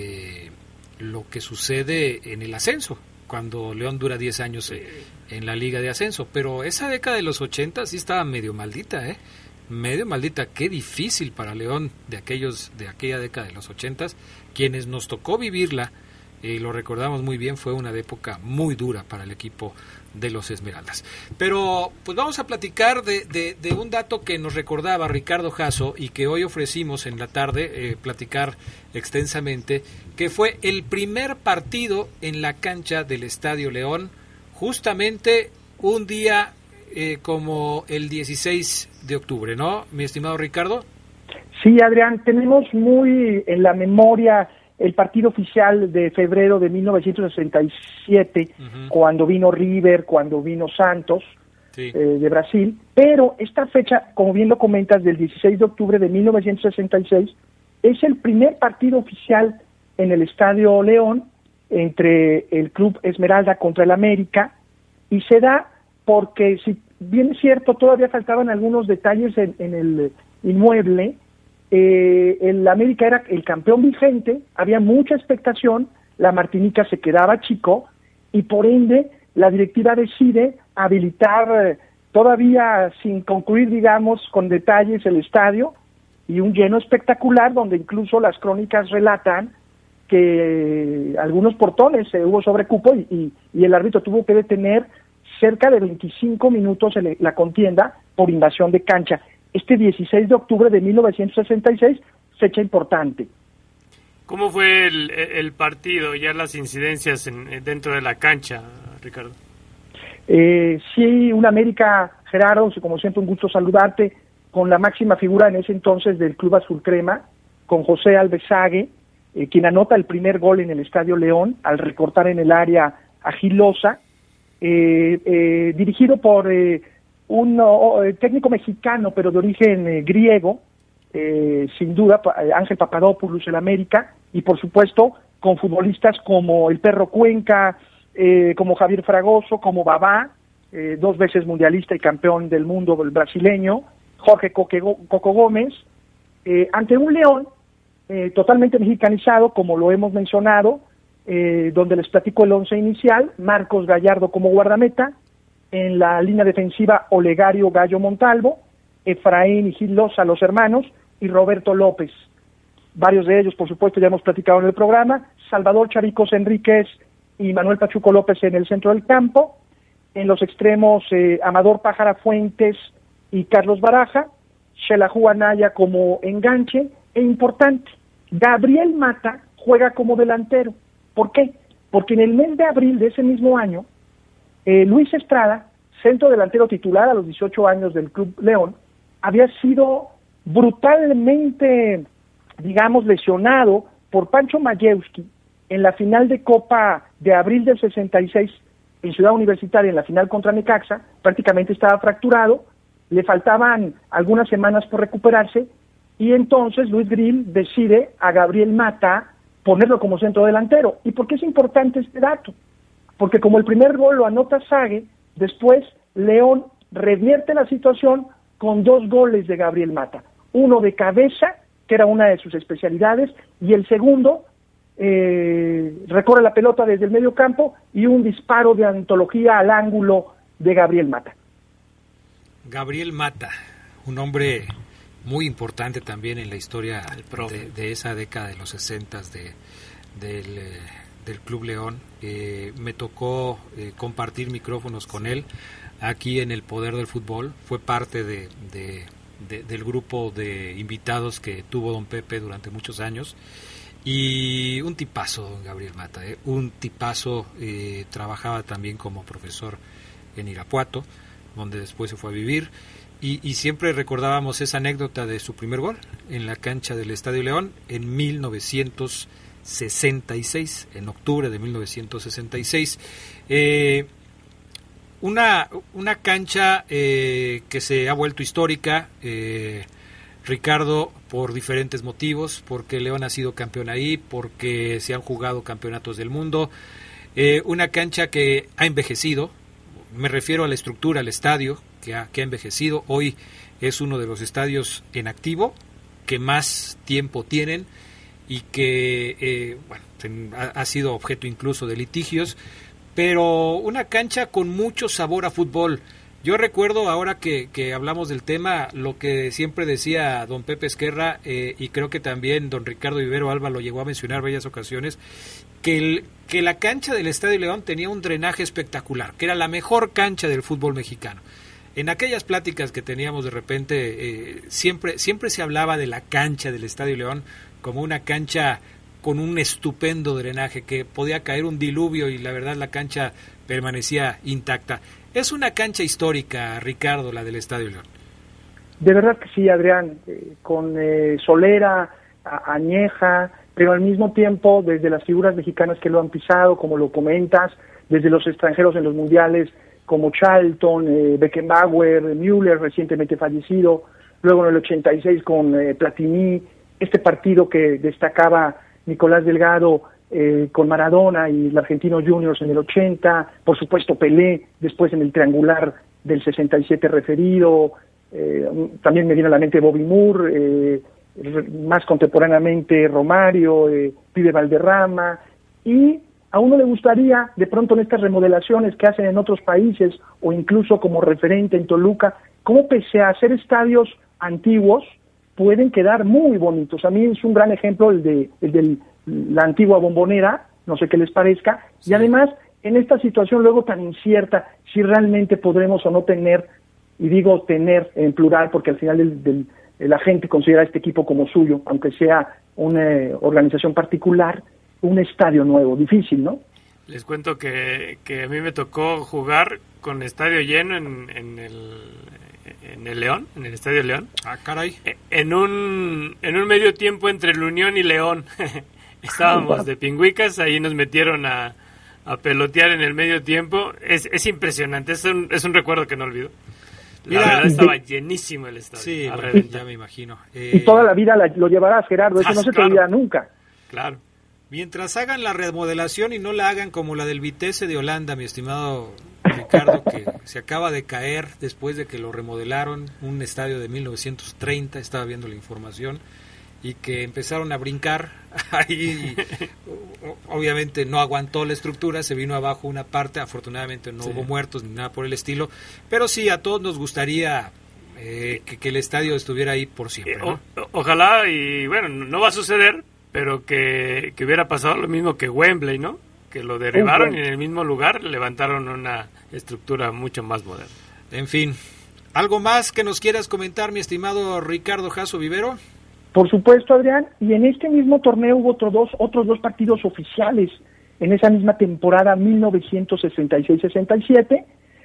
lo que sucede en el ascenso, cuando León dura 10 años en la Liga de Ascenso. Pero esa década de los 80 sí estaba medio maldita, medio maldita. Qué difícil para León de aquella década de los 80, quienes nos tocó vivirla, lo recordamos muy bien, fue una época muy dura para el equipo de los Esmeraldas. Pero pues vamos a platicar de un dato que nos recordaba Ricardo Jasso y que hoy ofrecimos en la tarde platicar extensamente, que fue el primer partido en la cancha del Estadio León, justamente un día como el 16 de octubre, ¿no, mi estimado Ricardo? Sí, Adrián, tenemos muy en la memoria el partido oficial de febrero de 1967, cuando vino River, cuando vino Santos, sí, de Brasil, pero esta fecha, como bien lo comentas, del 16 de octubre de 1966, es el primer partido oficial en el Estadio León entre el Club Esmeralda contra el América, y se da porque, si bien es cierto, todavía faltaban algunos detalles en el inmueble. El América era el campeón vigente, había mucha expectación, la Martinica se quedaba chico y por ende la directiva decide habilitar todavía sin concluir, digamos, con detalles el estadio, y un lleno espectacular donde incluso las crónicas relatan que algunos portones hubo sobrecupo y el árbitro tuvo que detener cerca de 25 minutos la contienda por invasión de cancha. Este 16 de octubre de 1966, fecha importante. ¿Cómo fue el partido, ya las incidencias dentro de la cancha, Ricardo? Sí, un América, Gerardo, como siempre un gusto saludarte, con la máxima figura en ese entonces del Club Azul Crema, con José Alvesague, quien anota el primer gol en el Estadio León al recortar en el área a Gilosa, dirigido por un técnico mexicano, pero de origen griego, sin duda, Ángel Papadopoulos, el América, y por supuesto con futbolistas como el Perro Cuenca, como Javier Fragoso, como Babá, 2 veces mundialista y campeón del mundo, el brasileño, Jorge Coco Gómez, ante un León totalmente mexicanizado, como lo hemos mencionado, donde les platico el 11 inicial: Marcos Gallardo como guardameta, en la línea defensiva Olegario Gallo Montalvo, Efraín y Gil Loza, los hermanos, y Roberto López. Varios de ellos, por supuesto, ya hemos platicado en el programa: Salvador Charicos Enríquez y Manuel Pachuco López en el centro del campo. En los extremos, Amador Pájara Fuentes y Carlos Baraja, Xelajú Anaya como enganche, e importante, Gabriel Mata juega como delantero. ¿Por qué? Porque en el mes de abril de ese mismo año, Luis Estrada, centro delantero titular a los 18 años del Club León, había sido brutalmente, digamos, lesionado por Pancho Mayewski en la final de Copa de abril del 66 en Ciudad Universitaria, en la final contra Necaxa. Prácticamente estaba fracturado, le faltaban algunas semanas por recuperarse, y entonces Luis Grill decide a Gabriel Mata ponerlo como centro delantero. ¿Y por qué es importante este dato? Porque como el primer gol lo anota Sague, después León revierte la situación con 2 goles de Gabriel Mata. Uno de cabeza, que era una de sus especialidades, y el segundo recorre la pelota desde el medio campo, y un disparo de antología al ángulo de Gabriel Mata. Gabriel Mata, un hombre muy importante también en la historia de esa década de los 60 del Club León. Me tocó compartir micrófonos con él aquí en El Poder del Fútbol. Fue parte del grupo de invitados que tuvo don Pepe durante muchos años, Y un tipazo, don Gabriel Mata, un tipazo. Trabajaba también como profesor en Irapuato, donde después se fue a vivir. Y siempre recordábamos esa anécdota de su primer gol en la cancha del Estadio León en 1966, en octubre de 1966. Una cancha que se ha vuelto histórica, Ricardo, por diferentes motivos, porque León ha sido campeón ahí, porque se han jugado campeonatos del mundo, una cancha que ha envejecido, me refiero a la estructura, al estadio, que ha envejecido. Hoy es uno de los estadios en activo que más tiempo tienen y que ha sido objeto incluso de litigios, pero una cancha con mucho sabor a fútbol. Yo recuerdo, ahora que hablamos del tema, lo que siempre decía don Pepe Esquerra, y creo que también don Ricardo Vivero Alba lo llegó a mencionar varias ocasiones, que la cancha del Estadio León tenía un drenaje espectacular, que era la mejor cancha del fútbol mexicano. En aquellas pláticas que teníamos de repente, siempre se hablaba de la cancha del Estadio León como una cancha con un estupendo drenaje, que podía caer un diluvio y la verdad la cancha permanecía intacta. Es una cancha histórica, Ricardo, la del Estadio León. De verdad que sí, Adrián, con solera, añeja, pero al mismo tiempo, desde las figuras mexicanas que lo han pisado, como lo comentas, desde los extranjeros en los mundiales, como Charlton, Beckenbauer, Müller, recientemente fallecido, luego en el 86 con Platini, este partido que destacaba Nicolás Delgado con Maradona y el Argentino Juniors en el 80, por supuesto Pelé, después en el triangular del 67 referido, también me viene a la mente Bobby Moore, más contemporáneamente Romario, Pibe Valderrama, y a uno le gustaría, de pronto en estas remodelaciones que hacen en otros países, o incluso como referente en Toluca, cómo pese a ser estadios antiguos, pueden quedar muy bonitos. A mí es un gran ejemplo el de la antigua Bombonera, no sé qué les parezca, sí. Y además, en esta situación luego tan incierta, si realmente podremos o no tener, y digo tener en plural, porque al final la gente considera este equipo como suyo, aunque sea una organización particular, un estadio nuevo, difícil, ¿no? Les cuento que a mí me tocó jugar con estadio lleno en el León, en el Estadio León. Ah, caray. En un medio tiempo entre el Unión y León. Estábamos de pingüicas, ahí nos metieron a pelotear en el medio tiempo. Es impresionante, es un recuerdo que no olvido. La verdad estaba llenísimo el estadio. Sí, ya me imagino. Y toda la vida lo llevarás, Gerardo, eso no se te olvida nunca. Claro. Mientras hagan la remodelación y no la hagan como la del Vitesse de Holanda, mi estimado Ricardo, que se acaba de caer después de que lo remodelaron, un estadio de 1930, estaba viendo la información, y que empezaron a brincar ahí, obviamente no aguantó la estructura, se vino abajo una parte, afortunadamente no hubo muertos ni nada por el estilo, pero sí, a todos nos gustaría que el estadio estuviera ahí por siempre, ¿no? Ojalá, y bueno, no va a suceder, pero que hubiera pasado lo mismo que Wembley, ¿no? Que lo derribaron y en el mismo lugar levantaron una estructura mucho más moderna. En fin, ¿algo más que nos quieras comentar, mi estimado Ricardo Jasso Vivero? Por supuesto, Adrián, y en este mismo torneo hubo otros dos partidos oficiales en esa misma temporada 1966-67,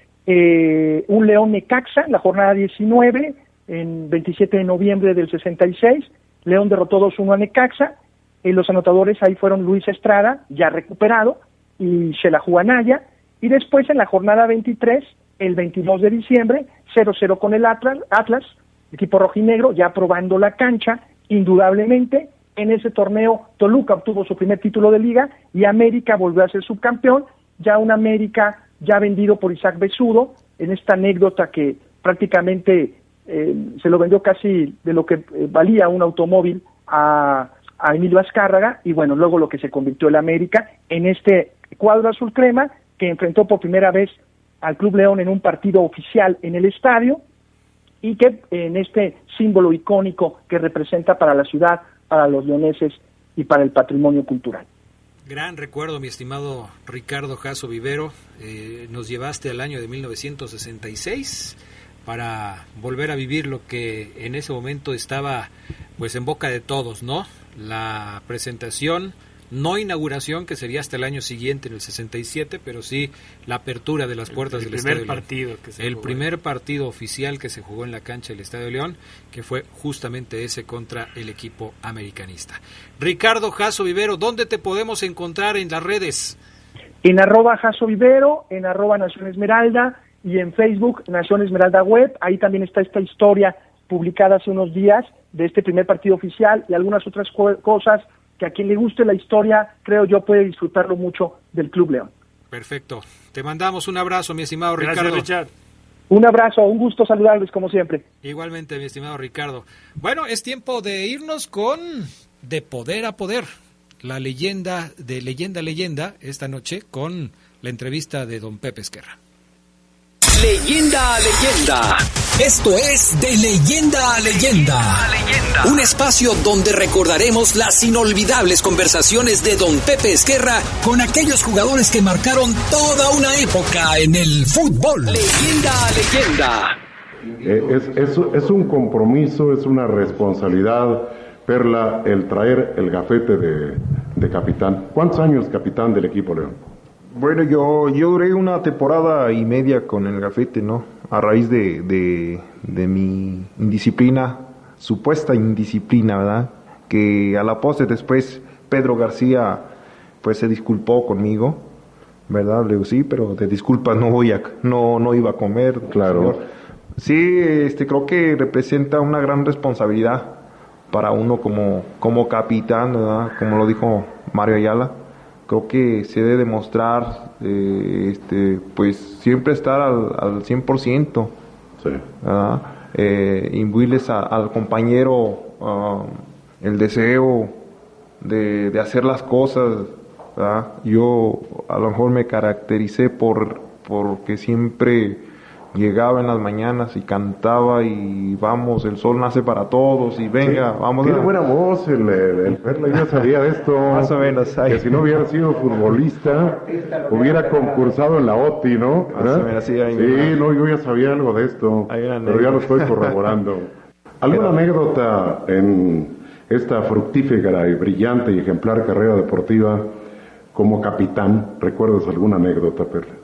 un León Necaxa, la jornada 19, en 27 de noviembre del 66, León derrotó 2-1 a Necaxa. Los anotadores ahí fueron Luis Estrada, ya recuperado, y Shelahu Anaya, y después en la jornada 23, el 22 de diciembre, 0-0 con el Atlas, equipo rojinegro, ya probando la cancha, indudablemente, en ese torneo Toluca obtuvo su primer título de liga, y América volvió a ser subcampeón, ya un América ya vendido por Isaac Besudo, en esta anécdota que prácticamente se lo vendió casi de lo que valía un automóvil a Emilio Azcárraga, y bueno, luego lo que se convirtió el América en este cuadro azul crema que enfrentó por primera vez al Club León en un partido oficial en el estadio, y que en este símbolo icónico que representa para la ciudad, para los leoneses y para el patrimonio cultural. Gran recuerdo, mi estimado Ricardo Jasso Vivero. Nos llevaste al año de 1966 para volver a vivir lo que en ese momento estaba pues en boca de todos, ¿no? La presentación, no inauguración, que sería hasta el año siguiente, en el 67, pero sí la apertura de las puertas del Estadio León. El primer partido oficial que se jugó en la cancha del Estadio León, que fue justamente ese contra el equipo americanista. Ricardo Jasso Vivero, ¿dónde te podemos encontrar en las redes? En @Jasso Vivero, en @Nación Esmeralda y en Facebook Nación Esmeralda Web. Ahí también está esta historia publicada hace unos días de este primer partido oficial y algunas otras cosas que a quien le guste la historia, creo yo, puede disfrutarlo mucho del Club León. Perfecto. Te mandamos un abrazo, mi estimado Ricardo. Gracias, Richard. Un abrazo, un gusto saludarles como siempre. Igualmente, mi estimado Ricardo. Bueno, es tiempo de irnos con De Poder a Poder, la leyenda de leyenda a leyenda, esta noche con la entrevista de don Pepe Esquerra. Leyenda a leyenda. Esto es De Leyenda a Leyenda. Un espacio donde recordaremos las inolvidables conversaciones de don Pepe Esquerra con aquellos jugadores que marcaron toda una época en el fútbol. Leyenda a leyenda. Es un compromiso, es una responsabilidad, Perla, el traer el gafete de capitán. ¿Cuántos años capitán del equipo León? Bueno, yo duré una temporada y media con el gafete, ¿no? A raíz de mi indisciplina, supuesta indisciplina, ¿verdad? Que a la postre después Pedro García, pues se disculpó conmigo, ¿verdad? Le digo, sí, pero de disculpas no iba a comer. Claro. Señor. Sí, creo que representa una gran responsabilidad para uno como capitán, ¿verdad? Como lo dijo Mario Ayala. Creo que se debe demostrar, pues siempre estar al 100%, sí. Imbuirles al compañero el deseo de hacer las cosas, ¿verdad? Yo a lo mejor me caractericé porque siempre llegaba en las mañanas y cantaba y vamos, el sol nace para todos y venga, sí, vamos. Tiene buena voz el Perla, yo sabía de esto. Más o menos. Que si no hubiera sido futbolista, hubiera concursado en la OTI, ¿no? Más o menos, sí, yo ya sabía algo de esto, pero ya lo estoy corroborando. ¿Alguna anécdota en esta fructífera y brillante y ejemplar carrera deportiva como capitán? ¿Recuerdas alguna anécdota, Perla?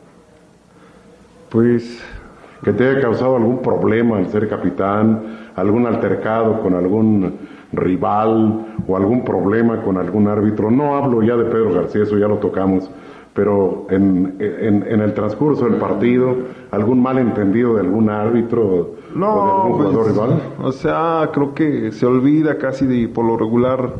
Pues... que te haya causado algún problema al ser capitán, algún altercado con algún rival o algún problema con algún árbitro. No hablo ya de Pedro García, eso ya lo tocamos, pero en el transcurso del partido, algún malentendido de algún árbitro o de algún jugador rival. O sea, creo que se olvida casi por lo regular,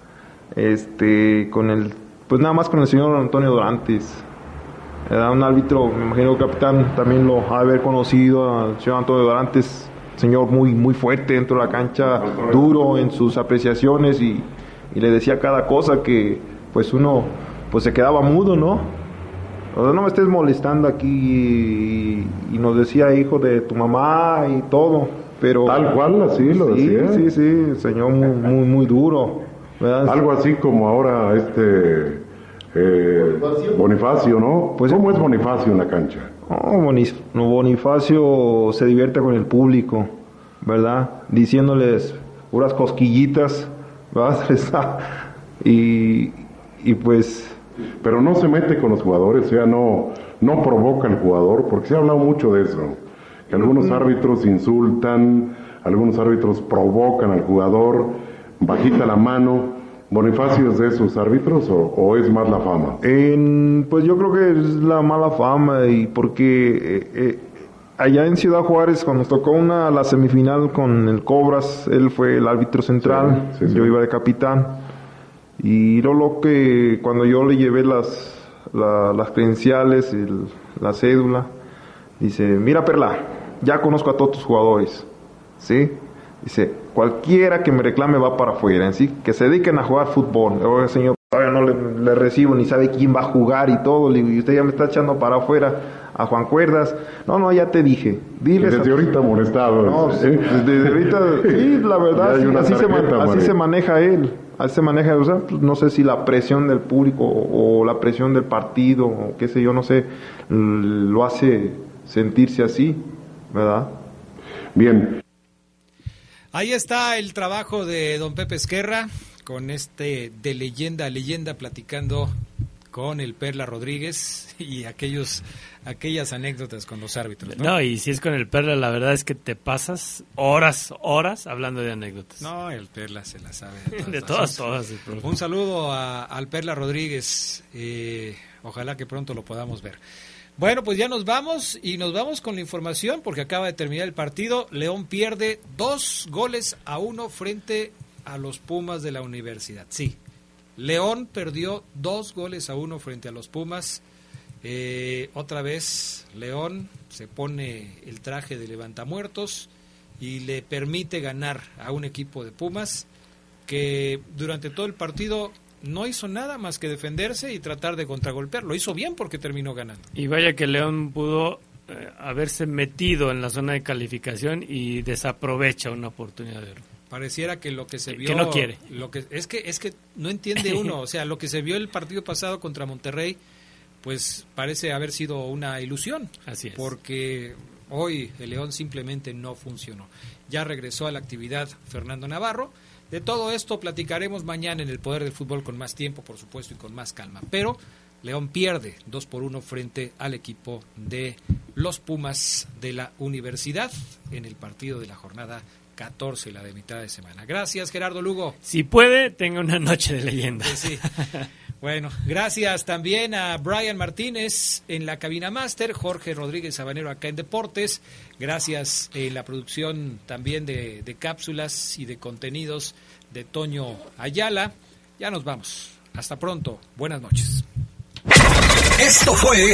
pues nada más con el señor Antonio Dorantes. Era un árbitro, me imagino el capitán también lo ha de haber conocido, al señor Antonio Dorantes, señor muy, muy fuerte dentro de la cancha, duro en sus apreciaciones y le decía cada cosa que pues uno pues se quedaba mudo, ¿no? O sea, no me estés molestando aquí y nos decía hijo de tu mamá y todo, pero... Tal cual, así lo decía. Sí, señor muy, muy duro, ¿verdad? Algo así como ahora Bonifacio, ¿no? Pues, ¿cómo es Bonifacio en la cancha? Bonifacio se divierte con el público, ¿verdad? Diciéndoles puras cosquillitas, ¿verdad? y pues... Pero no se mete con los jugadores, o sea, no provoca al jugador, porque se ha hablado mucho de eso, que algunos árbitros insultan, algunos árbitros provocan al jugador, bajita la mano. ¿Bonifacio es de esos árbitros o es más la fama? Pues yo creo que es la mala fama, y porque allá en Ciudad Juárez, cuando nos tocó la semifinal con el Cobras, él fue el árbitro central, sí. Yo iba de capitán, y lo que cuando yo le llevé las credenciales, la cédula, dice, mira Perla, ya conozco a todos tus jugadores, ¿sí? Dice, cualquiera que me reclame va para afuera, ¿sí? Que se dediquen a jugar fútbol. Oiga, señor, todavía no le recibo, ni sabe quién va a jugar y todo. Le digo, y usted ya me está echando para afuera a Juan Cuerdas. No, ya te dije. Diles desde ahorita molestado. No, desde ahorita, sí, la verdad, sí, así se maneja él. Así se maneja, o sea, no sé si la presión del público o la presión del partido, o qué sé yo, no sé, lo hace sentirse así, ¿verdad? Bien. Ahí está el trabajo de don Pepe Esquerra, con de leyenda a leyenda, platicando con el Perla Rodríguez y aquellas anécdotas con los árbitros, ¿no? No, y si es con el Perla, la verdad es que te pasas horas hablando de anécdotas. No, el Perla se la sabe de todas. Un saludo al Perla Rodríguez, ojalá que pronto lo podamos ver. Bueno, pues ya nos vamos con la información porque acaba de terminar el partido. León pierde 2-1 frente a los Pumas de la Universidad. Sí, León perdió 2-1 frente a los Pumas. Otra vez León se pone el traje de levantamuertos y le permite ganar a un equipo de Pumas que durante todo el partido no hizo nada más que defenderse y tratar de contragolpear. Lo hizo bien porque terminó ganando. Y vaya que León pudo haberse metido en la zona de calificación y desaprovecha una oportunidad de oro. Pareciera que lo que se vio... Que no quiere. Es que no entiende uno. O sea, lo que se vio el partido pasado contra Monterrey, pues parece haber sido una ilusión. Así es. Porque hoy el León simplemente no funcionó. Ya regresó a la actividad Fernando Navarro. De todo esto platicaremos mañana en el Poder del Fútbol con más tiempo, por supuesto, y con más calma. Pero León pierde 2-1 frente al equipo de los Pumas de la Universidad en el partido de la jornada 14, la de mitad de semana. Gracias, Gerardo Lugo. Si puede, tenga una noche de leyenda. Sí. Bueno, gracias también a Brian Martínez en la cabina máster, Jorge Rodríguez Sabanero acá en Deportes. Gracias en la producción también de cápsulas y de contenidos de Toño Ayala. Ya nos vamos. Hasta pronto. Buenas noches. Esto fue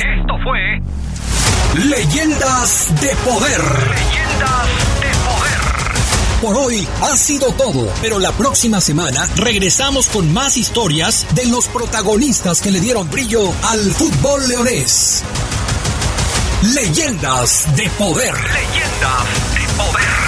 Leyendas de Poder. Leyendas de Poder. Por hoy ha sido todo, pero la próxima semana regresamos con más historias de los protagonistas que le dieron brillo al fútbol leonés. Leyendas de Poder. Leyendas de Poder.